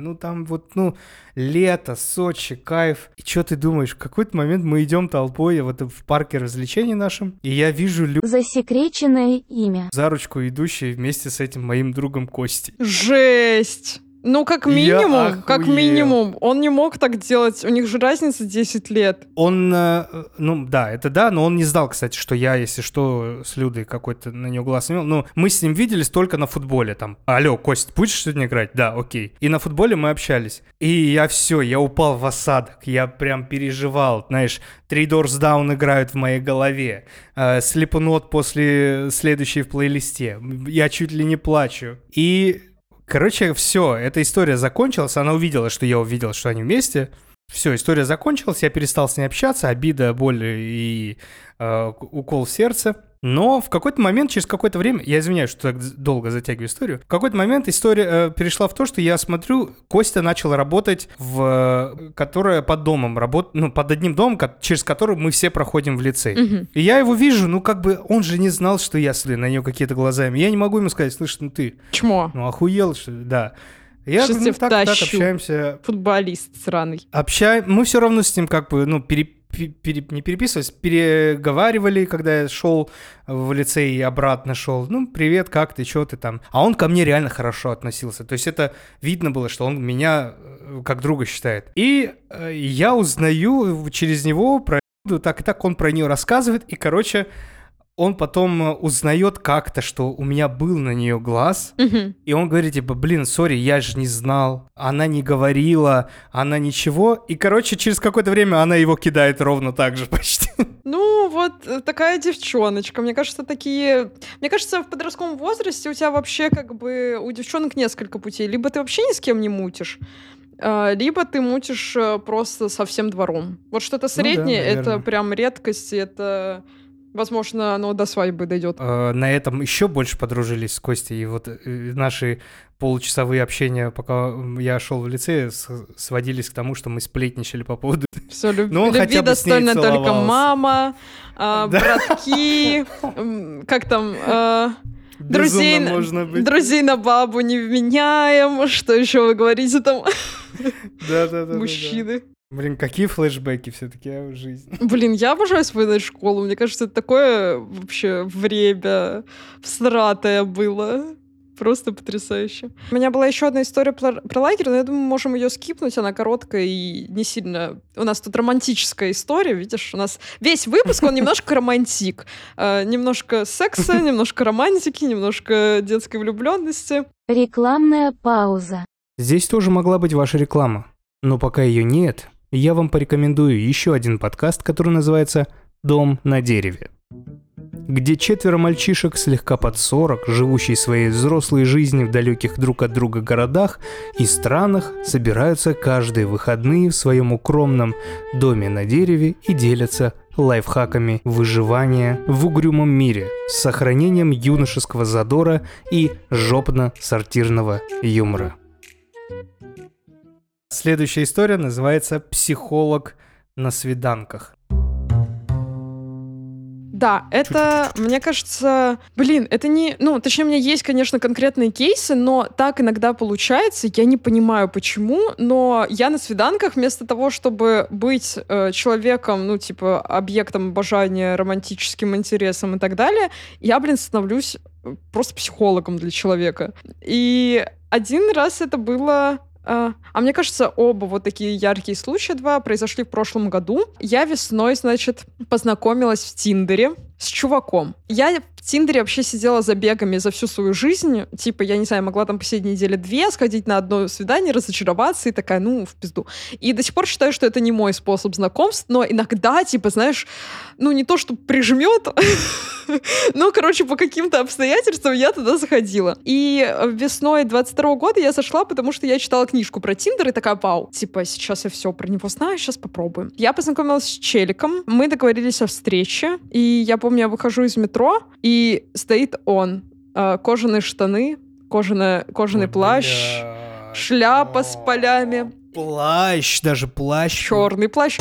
лето, Сочи, кайф. И что ты думаешь, в какой-то момент мы идем толпой в парке развлечений нашем, и я вижу Засекреченное имя. За ручку идущие вместе с этим моим другом Костей. Жесть! Как минимум, он не мог так делать, у них же разница 10 лет. Он, но он не знал, кстати, что я, если что, с Людой какой-то на него глаз имел. Но мы с ним виделись только на футболе, там: алло, Кость, будешь сегодня играть? Да, окей. И на футболе мы общались. И я упал в осадок, я прям переживал, знаешь, Three Doors Down играют в моей голове, Slipknot после следующей в плейлисте, я чуть ли не плачу. И... Короче, все, эта история закончилась, она увидела, что я увидел, что они вместе. Все, история закончилась, я перестал с ней общаться, обида, боль и укол в сердце. Но в какой-то момент, через какое-то время, я извиняюсь, что так долго затягиваю историю, в какой-то момент история перешла в то, что я смотрю, Костя начал работать которая под домом, под одним домом, через который мы все проходим в лицей. И я его вижу, он же не знал, что я смотрю на нее какие-то глазами. Я не могу ему сказать: слышь, ты... Чмо? Охуел, что ли? Да. Я говорю, так общаемся. Футболист сраный. Мы все равно с ним не переписывались, переговаривали, когда я шел в лицей и обратно шел. Привет, как ты, что ты там? А он ко мне реально хорошо относился. То есть это видно было, что он меня как друга считает. И я узнаю через него про так и так он про нее рассказывает, и, короче, он потом узнает как-то, что у меня был на нее глаз, и он говорит, типа, блин, сори, я же не знал, она не говорила, она ничего, и, короче, через какое-то время она его кидает ровно так же почти. Ну, вот такая девчоночка. Мне кажется, в подростковом возрасте у тебя вообще как бы у девчонок несколько путей. Либо ты вообще ни с кем не мутишь, либо ты мутишь просто со всем двором. Вот что-то среднее, наверное. это прям редкость, и это... Возможно, оно до свадьбы дойдет. На этом еще больше подружились с Костей. И вот наши получасовые общения, пока я шел в лицей, сводились к тому, что мы сплетничали по поводу... Все, он хотя любви бы с ней достойна только целовался. мама, братки, как там... Друзей на бабу не вменяем. Что еще вы говорите там? Да. Мужчины. Блин, какие флешбеки все-таки в жизни. Блин, я обожаю свою школу. Мне кажется, это такое вообще время всратое было. Просто потрясающе. У меня была еще одна история про лагерь, но я думаю, мы можем ее скипнуть. Она короткая и не сильно... У нас тут романтическая история, видишь? У нас весь выпуск, он немножко романтик. Немножко секса, немножко романтики, немножко детской влюбленности. Рекламная пауза. Здесь тоже могла быть ваша реклама. Но пока ее нет, я вам порекомендую еще один подкаст, который называется «Дом на дереве», где 4 мальчишек слегка под 40, живущие своей взрослой жизнью в далеких друг от друга городах и странах, собираются каждые выходные в своем укромном доме на дереве и делятся лайфхаками выживания в угрюмом мире с сохранением юношеского задора и жопно-сортирного юмора. Следующая история называется «Психолог на свиданках». Да, это, мне кажется... Блин, это не... Ну, точнее, у меня есть, конечно, конкретные кейсы, но так иногда получается. Я не понимаю, почему, но я на свиданках вместо того, чтобы быть человеком, ну, типа, объектом обожания, романтическим интересом и так далее, я, становлюсь просто психологом для человека. И один раз это было... А мне кажется, оба вот такие яркие случаи два произошли в прошлом году. Я весной, познакомилась в Тиндере с чуваком. Я в Тиндере вообще сидела забегами за всю свою жизнь. Типа, я не знаю, могла там последние недели 2 сходить на одно свидание, разочароваться и такая, ну, в пизду. И до сих пор считаю, что это не мой способ знакомств, но иногда, типа, знаешь, ну, не то, что прижмет, но, короче, по каким-то обстоятельствам я туда заходила. И весной 22 года я зашла, потому что я читала книжку про Тиндер и такая, вау, типа, сейчас я все про него знаю, сейчас попробуем. Я познакомилась с челиком, мы договорились о встрече, и я помню, я выхожу из метро, и стоит он, кожаные штаны, кожаный плащ, шляпа с полями. Плащ, даже плащ. Черный плащ.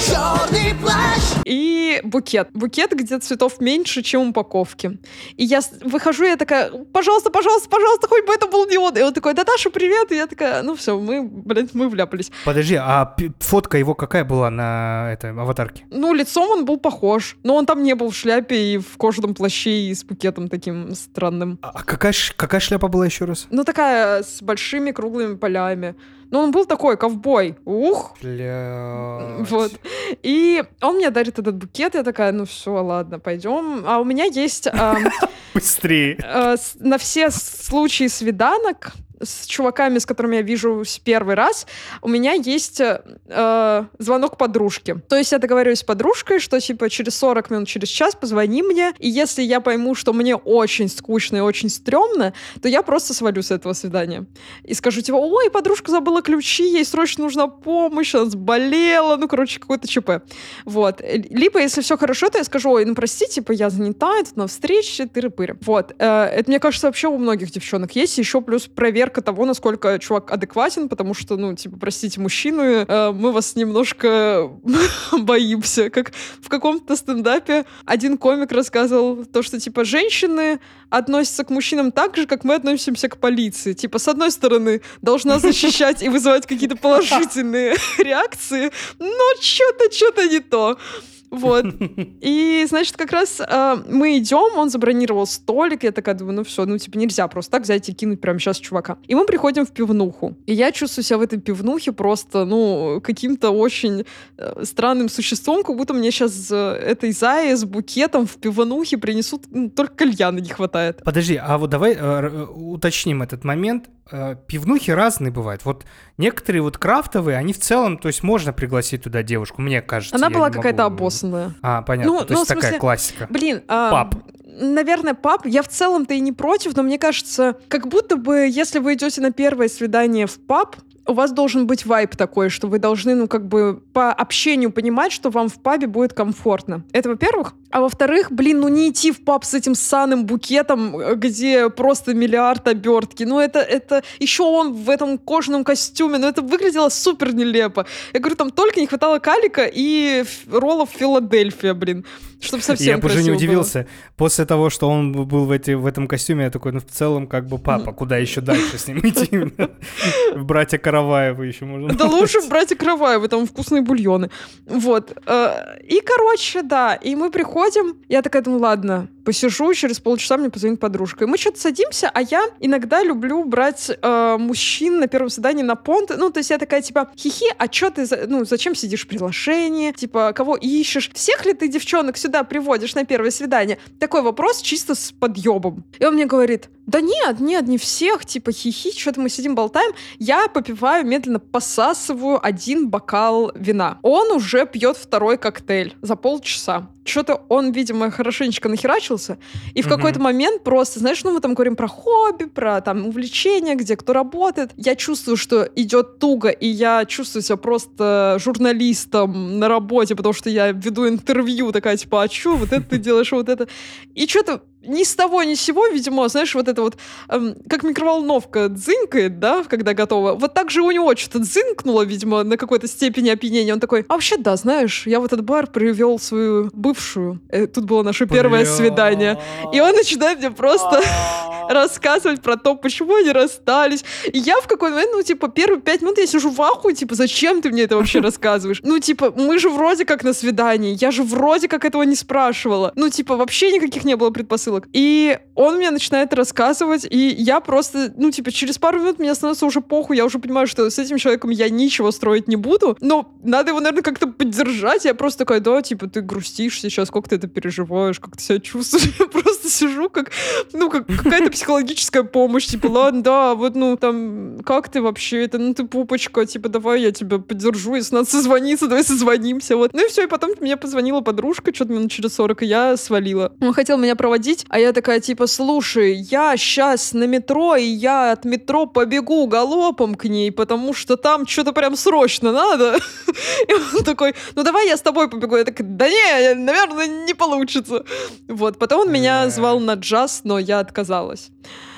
И букет. Букет, где цветов меньше, чем упаковки. И я выхожу, я такая, пожалуйста, хоть бы это был не он. И он такой, да, Даша, привет. И я такая, ну все, мы вляпались. Подожди, а фотка его какая была на этой аватарке? Ну, лицом он был похож, но он там не был в шляпе и в кожаном плаще и с букетом таким странным. А какая шляпа была еще раз? Ну, такая с большими круглыми полями. Но он был такой, ковбой. Ух! Блядь. Вот. И он мне дарит этот букет, я такая, ну все, ладно, пойдем. А у меня есть... Быстрее. На все случаи свиданок с чуваками, с которыми я вижусь первый раз, у меня есть звонок подружке. То есть я договариваюсь с подружкой, что типа через 40 минут, через час позвони мне, и если я пойму, что мне очень скучно и очень стрёмно, то я просто свалю с этого свидания. И скажу типа, ой, подружка забыла ключи, ей срочно нужна помощь, она заболела, ну, короче, какое-то ЧП. Вот. Либо, если все хорошо, то я скажу, ой, ну, прости, типа, я занята, я тут на встрече, тыры-пыры. Вот. Это, мне кажется, вообще у многих девчонок есть, еще плюс проверка того, насколько чувак адекватен, потому что, ну, типа, простите, мужчины, мы вас немножко боимся. Как в каком-то стендапе один комик рассказывал то, что, типа, женщины относятся к мужчинам так же, как мы относимся к полиции. Типа, с одной стороны, должна защищать и вызывать какие-то положительные реакции, но что-то не то. Вот. И, значит, как раз мы идем, он забронировал столик, я такая думаю, ну все, ну типа нельзя просто так взять и кинуть прямо сейчас чувака. И мы приходим в пивнуху. И я чувствую себя в этой пивнухе просто, ну, каким-то очень странным существом, как будто мне сейчас этой Заи с букетом в пивнухе принесут, ну, только кальяна не хватает. Подожди, а вот давай уточним этот момент. Пивнухи разные бывают. Вот некоторые вот крафтовые, они в целом, то есть можно пригласить туда девушку, мне кажется. Она была какая-то обоссанная. А, понятно, Ну, то есть в смысле, такая классика. Блин, Паб. наверное, паб. Я в целом-то и не против, но мне кажется, как будто бы, если вы идете на первое свидание в паб, у вас должен быть вайб такой, что вы должны, ну, как бы по общению понимать, что вам в пабе будет комфортно. Это во-первых. А во-вторых, блин, ну не идти в паб с этим ссаным букетом, где просто миллиард обертки. Ну это еще он в этом кожаном костюме, ну это выглядело супер нелепо. Я говорю, там только не хватало калика и роллов Филадельфия, блин, чтобы совсем Я бы уже красиво не было. удивился. После того, что он был в этом костюме, я такой, ну в целом как бы папа, куда еще дальше с ним идти? В братья Караваевы еще можно. Да лучше в братья Караваевы, там вкусные бульоны. Вот. И, короче, да, и мы приходим, я такая думаю, ладно, посижу, через полчаса мне позвонит подружка. И мы что-то садимся, а я иногда люблю брать мужчин на первом свидании на понт. Ну, то есть я такая, типа, хихи, а что ты, зачем сидишь в приглашении? Типа, кого ищешь? Всех ли ты девчонок сюда приводишь на первое свидание? Такой вопрос чисто с подъебом. И он мне говорит, да нет, не всех, типа, хихи, что-то мы сидим, болтаем. Я попиваю, медленно посасываю 1 бокал вина. Он уже пьет 2 коктейль за полчаса. Что-то он, видимо, хорошенечко нахерачился. И в какой-то момент просто, знаешь, мы там говорим про хобби, про там увлечения, где кто работает. Я чувствую, что идет туго, и я чувствую себя просто журналистом на работе, потому что я веду интервью, такая, типа, а что, вот это ты делаешь, вот это. И что-то ни с того, ни с сего, видимо, знаешь, вот это вот, как микроволновка дзынькает, да, когда готова. Вот так же у него что-то дзынкнуло, видимо, на какой-то степени опьянения. Он такой, а вообще, да, знаешь, я в этот бар привел свою бывшую. Тут было наше первое свидание. И он начинает мне просто рассказывать про то, почему они расстались. И я в какой-то момент, ну, типа, первые 5 минут я сижу в ахуе, типа, зачем ты мне это вообще рассказываешь? Ну, типа, мы же вроде как на свидании, я же вроде как этого не спрашивала. Ну, типа, вообще никаких не было предпосылок. И он мне начинает рассказывать, и я просто, ну, типа, через пару минут мне становится уже похуй, я уже понимаю, что с этим человеком я ничего строить не буду, но надо его, наверное, как-то поддержать. Я просто такая, да, типа, ты грустишь сейчас, как ты это переживаешь, как ты себя чувствуешь. Я просто сижу как, ну, как какая-то психологическая помощь, типа, ладно, да, вот, ну, там, как ты вообще, это, ну, ты пупочка, типа, давай я тебя поддержу, если надо созвониться, давай созвонимся, вот. Ну и все, и потом мне позвонила подружка, что-то минут через 40, и я свалила. Он хотел меня проводить, а я такая, типа, слушай, я сейчас на метро, и я от метро побегу галопом к ней, потому что там что-то прям срочно надо. И он такой, ну давай я с тобой побегу. Я такая, да не, наверное, не получится. Вот, потом он меня звал на джаз, но я отказалась.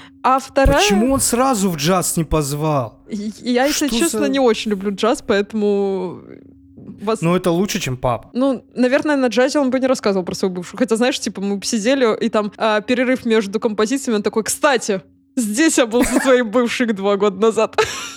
А вторая... Почему он сразу в джаз не позвал? Я, если честно, не очень люблю джаз, поэтому... Ну, это лучше, чем паб. Ну, наверное, на джазе он бы не рассказывал про свою бывшую. Хотя, знаешь, типа, мы сидели, и там перерыв между композициями, он такой, кстати, здесь я был со своей бывшей 2 года назад.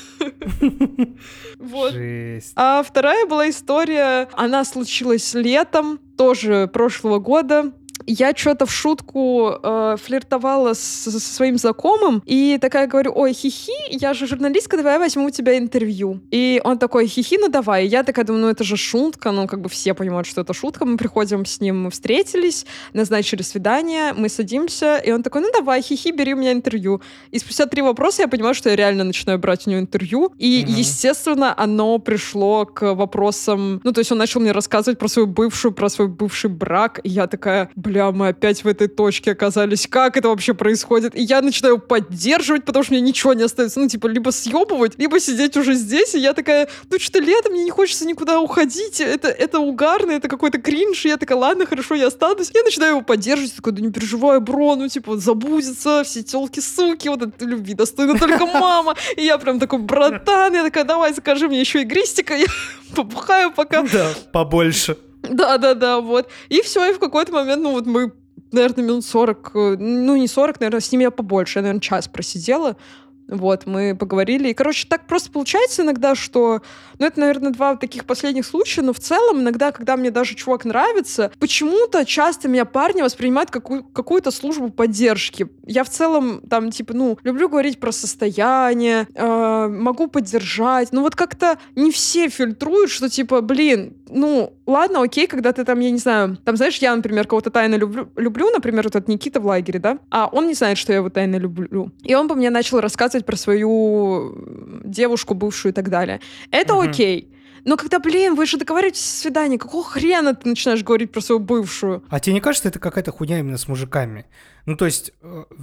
Вот. Жесть. А вторая была история, она случилась летом, тоже прошлого года. Я что-то в шутку флиртовала со своим знакомым, и такая говорю, ой, хихи, я же журналистка, давай я возьму у тебя интервью. И он такой, хихи, ну давай. И я такая думаю, ну это же шутка, ну как бы все понимают, что это шутка. Мы приходим с ним, мы встретились, назначили свидание, мы садимся, и он такой, ну давай, хихи, бери у меня интервью. И спустя 3 вопроса я понимаю, что я реально начинаю брать у него интервью, и, естественно, оно пришло к вопросам, ну то есть он начал мне рассказывать про свою бывшую, про свой бывший брак, и я такая, бля, мы опять в этой точке оказались. Как это вообще происходит? И я начинаю поддерживать, потому что мне ничего не остается. Ну, типа, либо съебывать, либо сидеть уже здесь. И я такая, ну, что-то летом, мне не хочется никуда уходить. Это угарно, это какой-то кринж. И я такая, ладно, хорошо, я останусь. Я начинаю его поддерживать. Такой, да не переживай, бро, ну, типа, забудется, все тёлки-суки, вот этой любви достойна только мама. И я прям такой, братан, я такая, давай, закажи мне еще игристика, я побухаю пока. Да, побольше. Да, вот. И все, и в какой-то момент, ну вот мы, наверное, минут 40, ну не 40, наверное, с ним я побольше, я, наверное, час просидела. Вот, мы поговорили. И, короче, так просто получается иногда, что... Ну, это, наверное, 2 таких последних случая, но в целом иногда, когда мне даже чувак нравится, почему-то часто меня парни воспринимают как какую-то службу поддержки. Я в целом там, типа, люблю говорить про состояние, могу поддержать. Но вот как-то не все фильтруют, что, типа, ладно, окей, когда ты там, я не знаю, там, знаешь, я, например, кого-то тайно люблю, например, вот этот Никита в лагере, да, а он не знает, что я его тайно люблю. И он по мне начал рассказывать про свою девушку бывшую и так далее. Это окей. Но когда, вы же договариваетесь о свидании, какого хрена ты начинаешь говорить про свою бывшую? А тебе не кажется, это какая-то хуйня именно с мужиками? То есть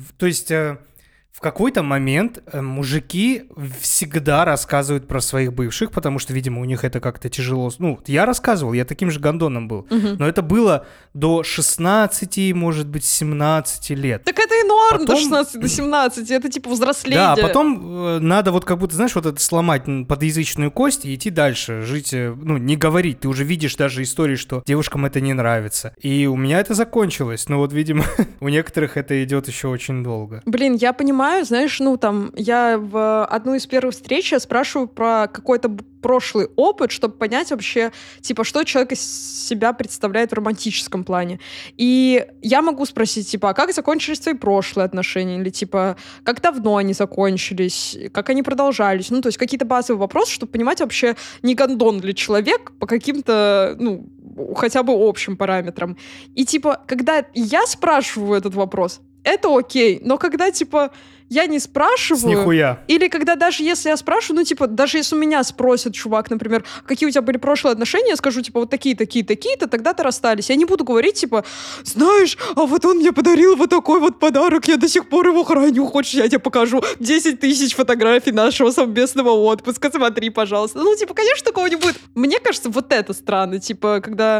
в какой-то момент мужики всегда рассказывают про своих бывших, потому что, видимо, у них это как-то тяжело. Я рассказывал, я таким же гондоном был. Но это было до 16, может быть, 17 лет. Так это и норм до 16 до 17, это типа взросление. Да, а потом надо вот как будто, знаешь, вот это сломать подъязычную кость и идти дальше, жить, не говорить. Ты уже видишь даже истории, что девушкам это не нравится. И у меня это закончилось. Но вот, видимо, у некоторых это идет еще очень долго. Я понимаю, знаешь, я в одну из первых встреч я спрашиваю про какой-то прошлый опыт, чтобы понять вообще, типа, что человек из себя представляет в романтическом плане. И я могу спросить, типа, а как закончились твои прошлые отношения? Или, типа, как давно они закончились? Как они продолжались? То есть какие-то базовые вопросы, чтобы понимать вообще, не гондон ли человек по каким-то, хотя бы общим параметрам. И, типа, когда я спрашиваю этот вопрос, это окей, но когда, типа, я не спрашиваю... С нихуя. Или когда даже если я спрашиваю, даже если у меня спросит чувак, например, какие у тебя были прошлые отношения, я скажу, типа, вот такие, такие, такие-то, тогда-то расстались. Я не буду говорить, типа, знаешь, а вот он мне подарил вот такой вот подарок, я до сих пор его храню, хочешь, я тебе покажу 10 тысяч фотографий нашего совместного отпуска, смотри, пожалуйста. Конечно, такого не будет. Мне кажется, вот это странно, типа, когда...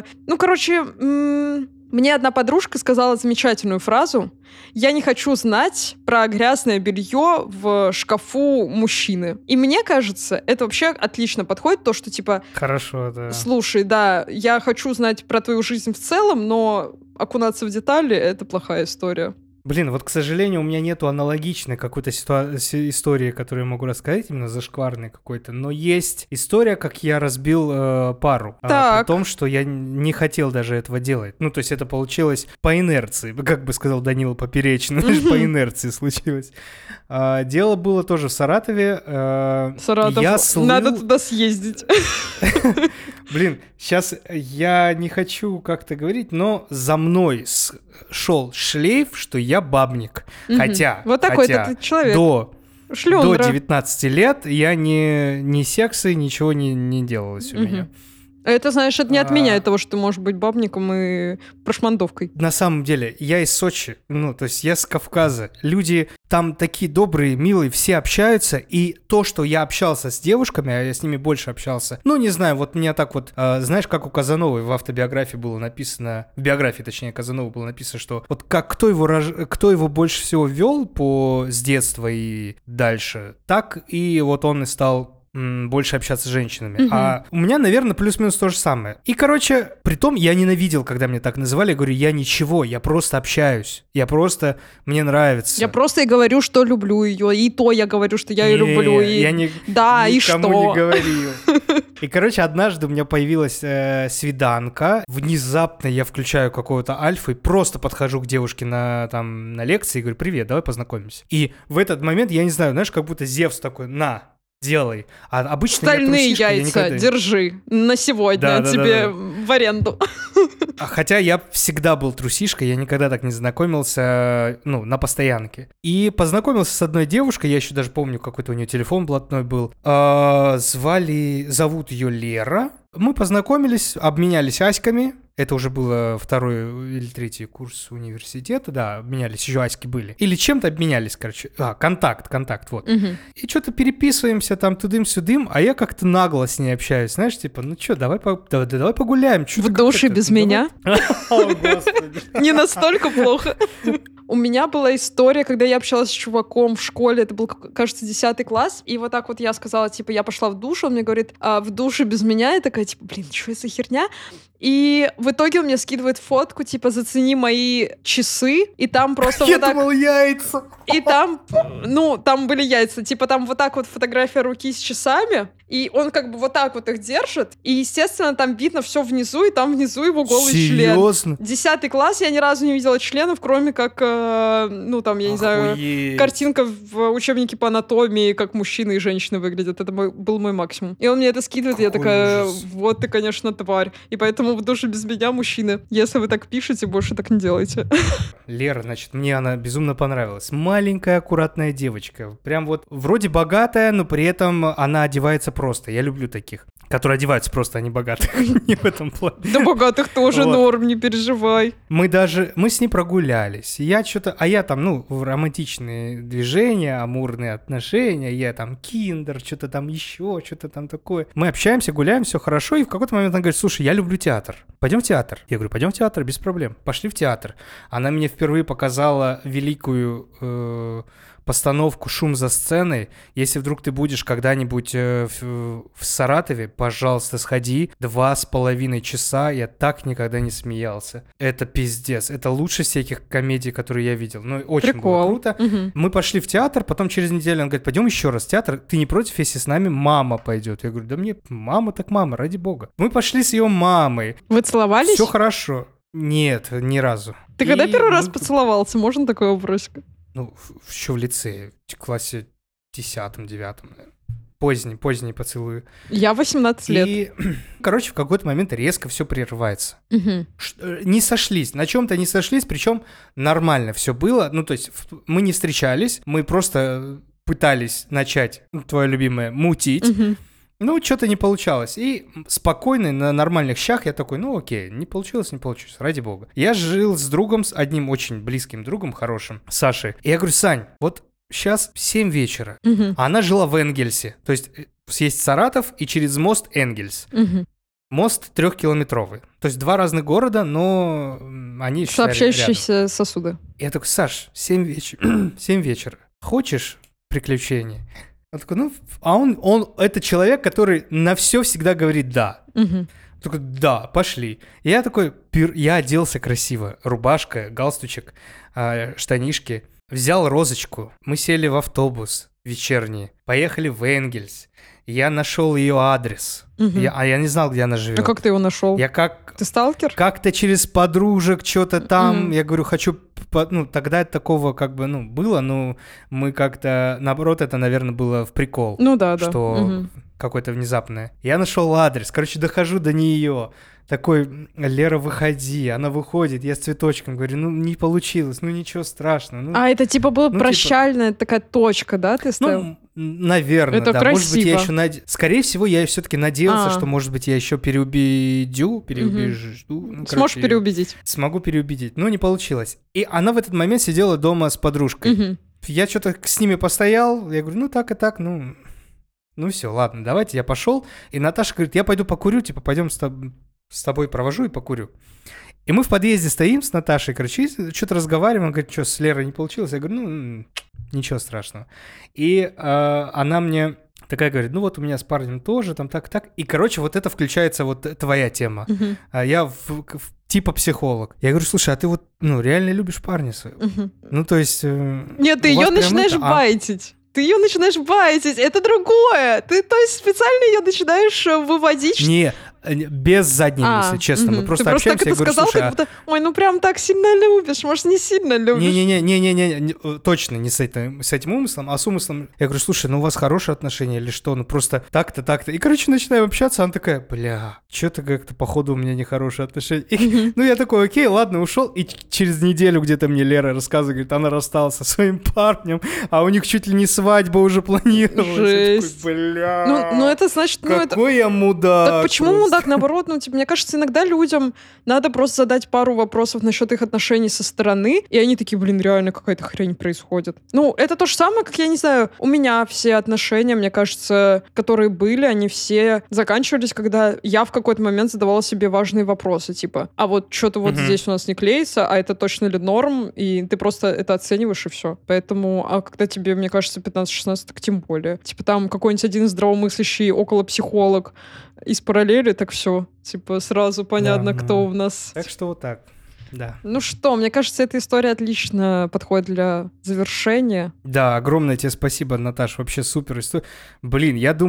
Мне одна подружка сказала замечательную фразу: «Я не хочу знать про грязное белье в шкафу мужчины». И мне кажется, это вообще отлично подходит, то, что типа... Хорошо, да. Слушай, да, я хочу знать про твою жизнь в целом, но окунаться в детали — это плохая история. Вот, к сожалению, у меня нету аналогичной какой-то истории, которую я могу рассказать, именно зашкварной какой-то. Но есть история, как я разбил пару. При том, что я не хотел даже этого делать. То есть это получилось по инерции, как бы сказал Данила Поперечный. По инерции случилось. Дело было тоже в Саратове. Саратов, надо туда съездить. Сейчас я не хочу как-то говорить, но за мной шел шлейф, что я бабник. Хотя вот такой-то ты человек. До 19 лет я не сексы, ничего не делалось у меня. Это, знаешь, это не отменяет того, что ты можешь быть бабником и прошмандовкой. На самом деле, я из Сочи, то есть я с Кавказа. Люди там такие добрые, милые, все общаются, и то, что я общался с девушками, а я с ними больше общался, не знаю, вот меня так вот, знаешь, как у Казановой в автобиографии было написано, в биографии, точнее, Казановой было написано, что вот кто его больше всего вел с детства и дальше, так и вот он и стал больше общаться с женщинами. А у меня, наверное, плюс-минус то же самое. И, притом я ненавидел, когда меня так называли. Я говорю, я ничего, я просто общаюсь. Мне нравится. Я просто и говорю, что люблю ее. И то я говорю, что я ее люблю. Я да, и что? Никому не говорил. И, однажды у меня появилась свиданка. Внезапно я включаю какого-то альфа и просто подхожу к девушке на лекции и говорю, привет, давай познакомимся. И в этот момент, я не знаю, знаешь, как будто Зевс такой, на, делай. А обычно стальные яйца, держи. На сегодня тебе в аренду. Хотя я всегда был трусишкой, я никогда так не знакомился, на постоянке. И познакомился с одной девушкой, я еще даже помню, какой-то у нее телефон блатной был. Зовут ее Лера. Мы познакомились, обменялись аськами. Это уже было 2-й или 3-й курс университета, да, обменялись, еще аськи были. Или чем-то обменялись, контакт, вот. И что-то переписываемся там тудым-сюдым, а я как-то нагло с ней общаюсь, знаешь, типа, давай погуляем. В душе без меня? О, Господи. Не настолько плохо. У меня была история, когда я общалась с чуваком в школе, это был, кажется, 10 класс, и вот так вот я сказала, я пошла в душ, он мне говорит, в душе без меня, я такая, что это за херня? И в итоге он мне скидывает фотку, типа, зацени мои часы, и там просто Я вот так... думал, яйца. И там, там были яйца, типа, там вот так вот фотография руки с часами, и он как бы вот так вот их держит, и, естественно, там видно все внизу, и там внизу его голый член. Серьезно? 10 класс, я ни разу не видела членов, кроме как, я не знаю, Охуеть. картинка в учебнике по анатомии, как мужчины и женщины выглядят. Это был мой максимум. И он мне это скидывает, и я Какой такая, ужас. вот ты, конечно, тварь. И поэтому в душе без меня, мужчины, если вы так пишете, больше так не делайте. Лера, значит, мне она безумно понравилась. Маленькая, аккуратная девочка. Прям вот вроде богатая, но при этом она одевается просто. Я люблю таких, которые одеваются просто, а не богатых. Не в этом плане. Да богатых тоже Вот. норм, не переживай. Мы с ней прогулялись. Я там, в романтичные движения, амурные отношения, я там киндер, что-то там еще, что-то там такое. Мы общаемся, гуляем, все хорошо, и в какой-то момент она говорит, слушай, я люблю театр. Пойдем в театр. Я говорю, пойдем в театр, без проблем. Пошли в театр. Она мне впервые показала великую постановку «Шум за сценой». Если вдруг ты будешь когда-нибудь в Саратове, пожалуйста, сходи. 2,5 часа, я так никогда не смеялся. Это пиздец. Это лучше всяких комедий, которые я видел. Ну, очень было Прикол. круто. Мгм. Мы пошли в театр, потом через неделю он говорит, пойдем еще раз в театр. Ты не против, если с нами мама пойдет? Я говорю, да мне мама так мама, ради бога. Мы пошли с ее мамой. Вы целовались? Все хорошо. Нет, ни разу. Ты когда И первый раз мы- поцеловался? Можно такой вопросик? еще в лицее, в классе 10-9, наверное. Поздний поцелуй. Я 18 лет. И, короче, в какой-то момент резко все прерывается. Мгм. Не сошлись, на чем-то не сошлись, причем нормально все было. Ну, то есть мы не встречались, мы просто пытались начать, твое любимое, мутить. Мгм. Ну, что-то не получалось. И спокойно, на нормальных щах я такой, окей, не получилось, ради бога. Я жил с другом, с одним очень близким другом, хорошим, Сашей. И я говорю, Сань, вот сейчас 7 вечера. Мгм. А она жила в Энгельсе. То есть есть Саратов и через мост Энгельс. Мгм. Мост 3-километровый. То есть 2 разных города, но они считали рядом. Сообщающиеся сосуды. Я такой, Саш, 7 вечера. Хочешь приключения? Он такой, он это человек, который на все всегда говорит «да». Мгм. Такой, да, пошли. И я такой, я оделся красиво. Рубашка, галстучек, штанишки. Взял розочку. Мы сели в автобус вечерний. Поехали в Энгельс. Я нашел ее адрес. Мгм. Я не знал, где она живет. А как ты его нашел? Я Ты сталкер? как-то через подружек что-то там. Мгм. Я говорю, хочу... тогда такого было, но мы как-то... Наоборот, это, наверное, было в прикол. Ну да. Что Мгм. какое-то внезапное. Я нашел адрес. Короче, дохожу до нее. Такой, Лера, выходи. Она выходит. Я с цветочком говорю, не получилось. Ничего страшного. А это типа была типа- прощальная такая точка, да, ты ставил? Наверное, Это да. Может быть, я красиво. еще скорее всего, я все-таки надеялся, А. что, может быть, я еще переубежу. Сможешь переубедить. Смогу переубедить. Но не получилось. И она в этот момент сидела дома с подружкой. Мгм. Я что-то с ними постоял. Я говорю, так и так, все, ладно, давайте, я пошел. И Наташа говорит, я пойду покурю, типа, пойдем с тобой провожу и покурю. И мы в подъезде стоим с Наташей, короче, что-то разговариваем. Она говорит, что, с Лерой не получилось? Я говорю, ничего страшного. И она мне такая говорит, у меня с парнем тоже, там так. И, короче, вот это включается вот твоя тема. Мгм. Я типа психолог. Я говорю, слушай, а ты реально любишь парня своего? Мгм. То есть... Нет, ты у ее вас прям начинаешь это, байтить. Ты ее начинаешь байтить. Это другое. Ты, то есть, специально ее начинаешь выводить. Не, без задней мысли, честно. Мы мгм. просто Ты просто общаемся, так я это говорю, сказал, слушай, как будто, ой, прям так сильно любишь. Может, не сильно любишь. Не, точно не с этим умыслом, а с умыслом. Я говорю, слушай, у вас хорошие отношения или что? Просто так-то, так-то. И, короче, начинаем общаться, она такая, что-то как-то, походу, у меня нехорошие отношения. И, я такой, окей, ладно, ушел. И через неделю где-то мне Лера рассказывает, говорит, она рассталась со своим парнем, а у них чуть ли не свадьба уже планировалась. Жесть. Я такой, Ну, это значит, это... какой я мудак. Так почему просто. мудак? Наоборот, мне кажется, иногда людям надо просто задать пару вопросов насчет их отношений со стороны, и они такие, реально какая-то хрень происходит. Это то же самое, как, я не знаю, у меня все отношения, мне кажется, которые были, они все заканчивались, когда я в какой-то момент задавала себе важные вопросы, типа, а вот что-то вот здесь у нас не клеится, а это точно ли норм, и ты просто это оцениваешь, и все. Поэтому, а когда тебе, мне кажется, 15-16, так тем более. Типа там какой-нибудь один здравомыслящий околопсихолог из параллели, так все. Типа сразу понятно, Да, кто у нас. Так что вот так. Да. Ну что, мне кажется, эта история отлично подходит для завершения. Да, огромное тебе спасибо, Наташ, вообще супер история. Блин, я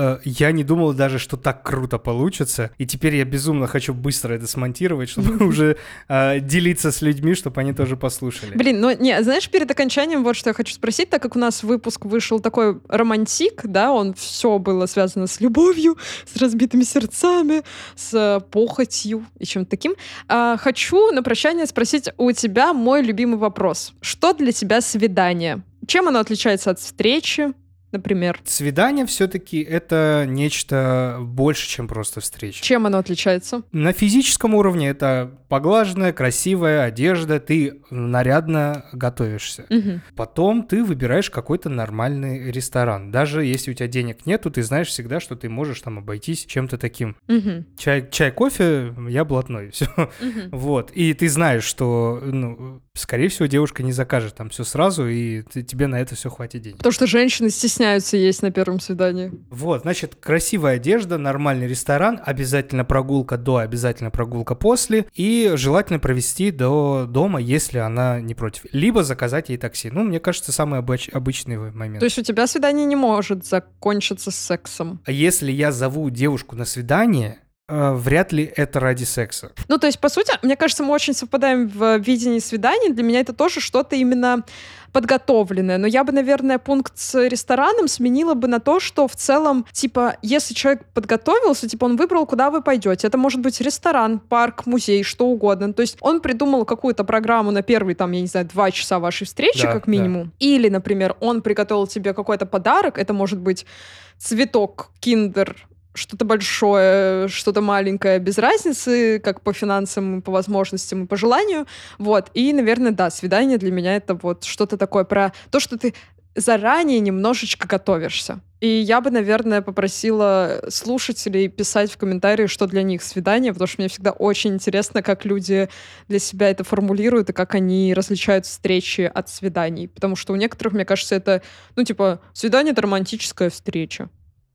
не думал даже, что так круто получится, и теперь я безумно хочу быстро это смонтировать, чтобы уже делиться с людьми, чтобы они тоже послушали. Блин, ну не, знаешь, перед окончанием вот что я хочу спросить, так как у нас выпуск вышел такой романтик, да, он все было связано с любовью, с разбитыми сердцами, с похотью и чем-то таким. Хочу на прощание спросить у тебя мой любимый вопрос. Что для тебя свидание? Чем оно отличается от встречи, например? Свидание все-таки это нечто больше, чем просто встреча. Чем оно отличается? На физическом уровне это поглаженная, красивая одежда, ты нарядно готовишься. Мгм. Потом ты выбираешь какой-то нормальный ресторан. Даже если у тебя денег нету, ты знаешь всегда, что ты можешь там обойтись чем-то таким. Мгм. Чай, кофе, я блатной, все. Мгм. Вот. И ты знаешь, что, скорее всего, девушка не закажет там все сразу, и тебе на это все хватит денег. Потому что женщины стесняются есть на первом свидании. Вот, значит, красивая одежда, нормальный ресторан, обязательно прогулка до, обязательно прогулка после, и желательно провести до дома, если она не против. Либо заказать ей такси. Ну, мне кажется, самый обычный момент. То есть у тебя свидание не может закончиться сексом? А если я зову девушку на свидание, вряд ли это ради секса. Ну, то есть, по сути, мне кажется, мы очень совпадаем в видении свиданий. Для меня это тоже что-то именно подготовленное. Но я бы, наверное, пункт с рестораном сменила бы на то, что в целом, типа, если человек подготовился, типа, он выбрал, куда вы пойдете. Это может быть ресторан, парк, музей, что угодно. То есть он придумал какую-то программу на первые, там, я не знаю, 2 часа вашей встречи, Да, как минимум. Или, например, он приготовил тебе какой-то подарок. Это может быть цветок, киндер, что-то большое, что-то маленькое, без разницы, как по финансам, по возможностям и по желанию. Вот. И, наверное, да, свидание для меня это вот что-то такое про то, что ты заранее немножечко готовишься. И я бы, наверное, попросила слушателей писать в комментарии, что для них свидание, потому что мне всегда очень интересно, как люди для себя это формулируют и как они различают встречи от свиданий. Потому что у некоторых, мне кажется, это, ну, типа, свидание — это романтическая встреча.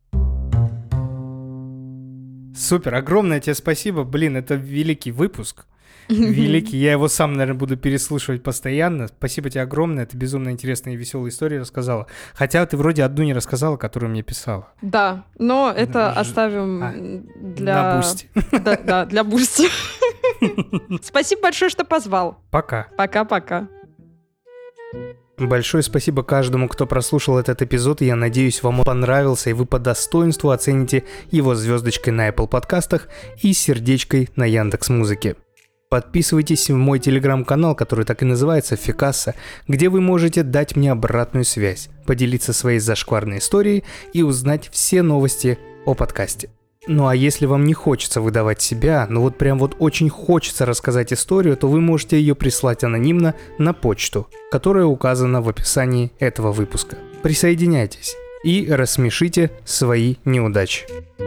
Супер, огромное тебе спасибо. Блин, это великий выпуск. Великий. Я его сам, наверное, буду переслушивать постоянно. Спасибо тебе огромное. Ты безумно интересные и веселые истории рассказала. Хотя ты вроде одну не рассказала, которую мне писала. Да, но это Ж- оставим для... На бусте. Да, для Бусти. Спасибо большое, что позвал. Пока. Пока-пока. Большое спасибо каждому, кто прослушал этот эпизод, и я надеюсь, вам он понравился, и вы по достоинству оцените его звездочкой на Apple подкастах и сердечкой на Яндекс.Музыке. Подписывайтесь в мой телеграм-канал, который так и называется «Фикасса», где вы можете дать мне обратную связь, поделиться своей зашкварной историей и узнать все новости о подкасте. Ну а если вам не хочется выдавать себя, но вот прям вот очень хочется рассказать историю, то вы можете ее прислать анонимно на почту, которая указана в описании этого выпуска. Присоединяйтесь и рассмешите свои неудачи.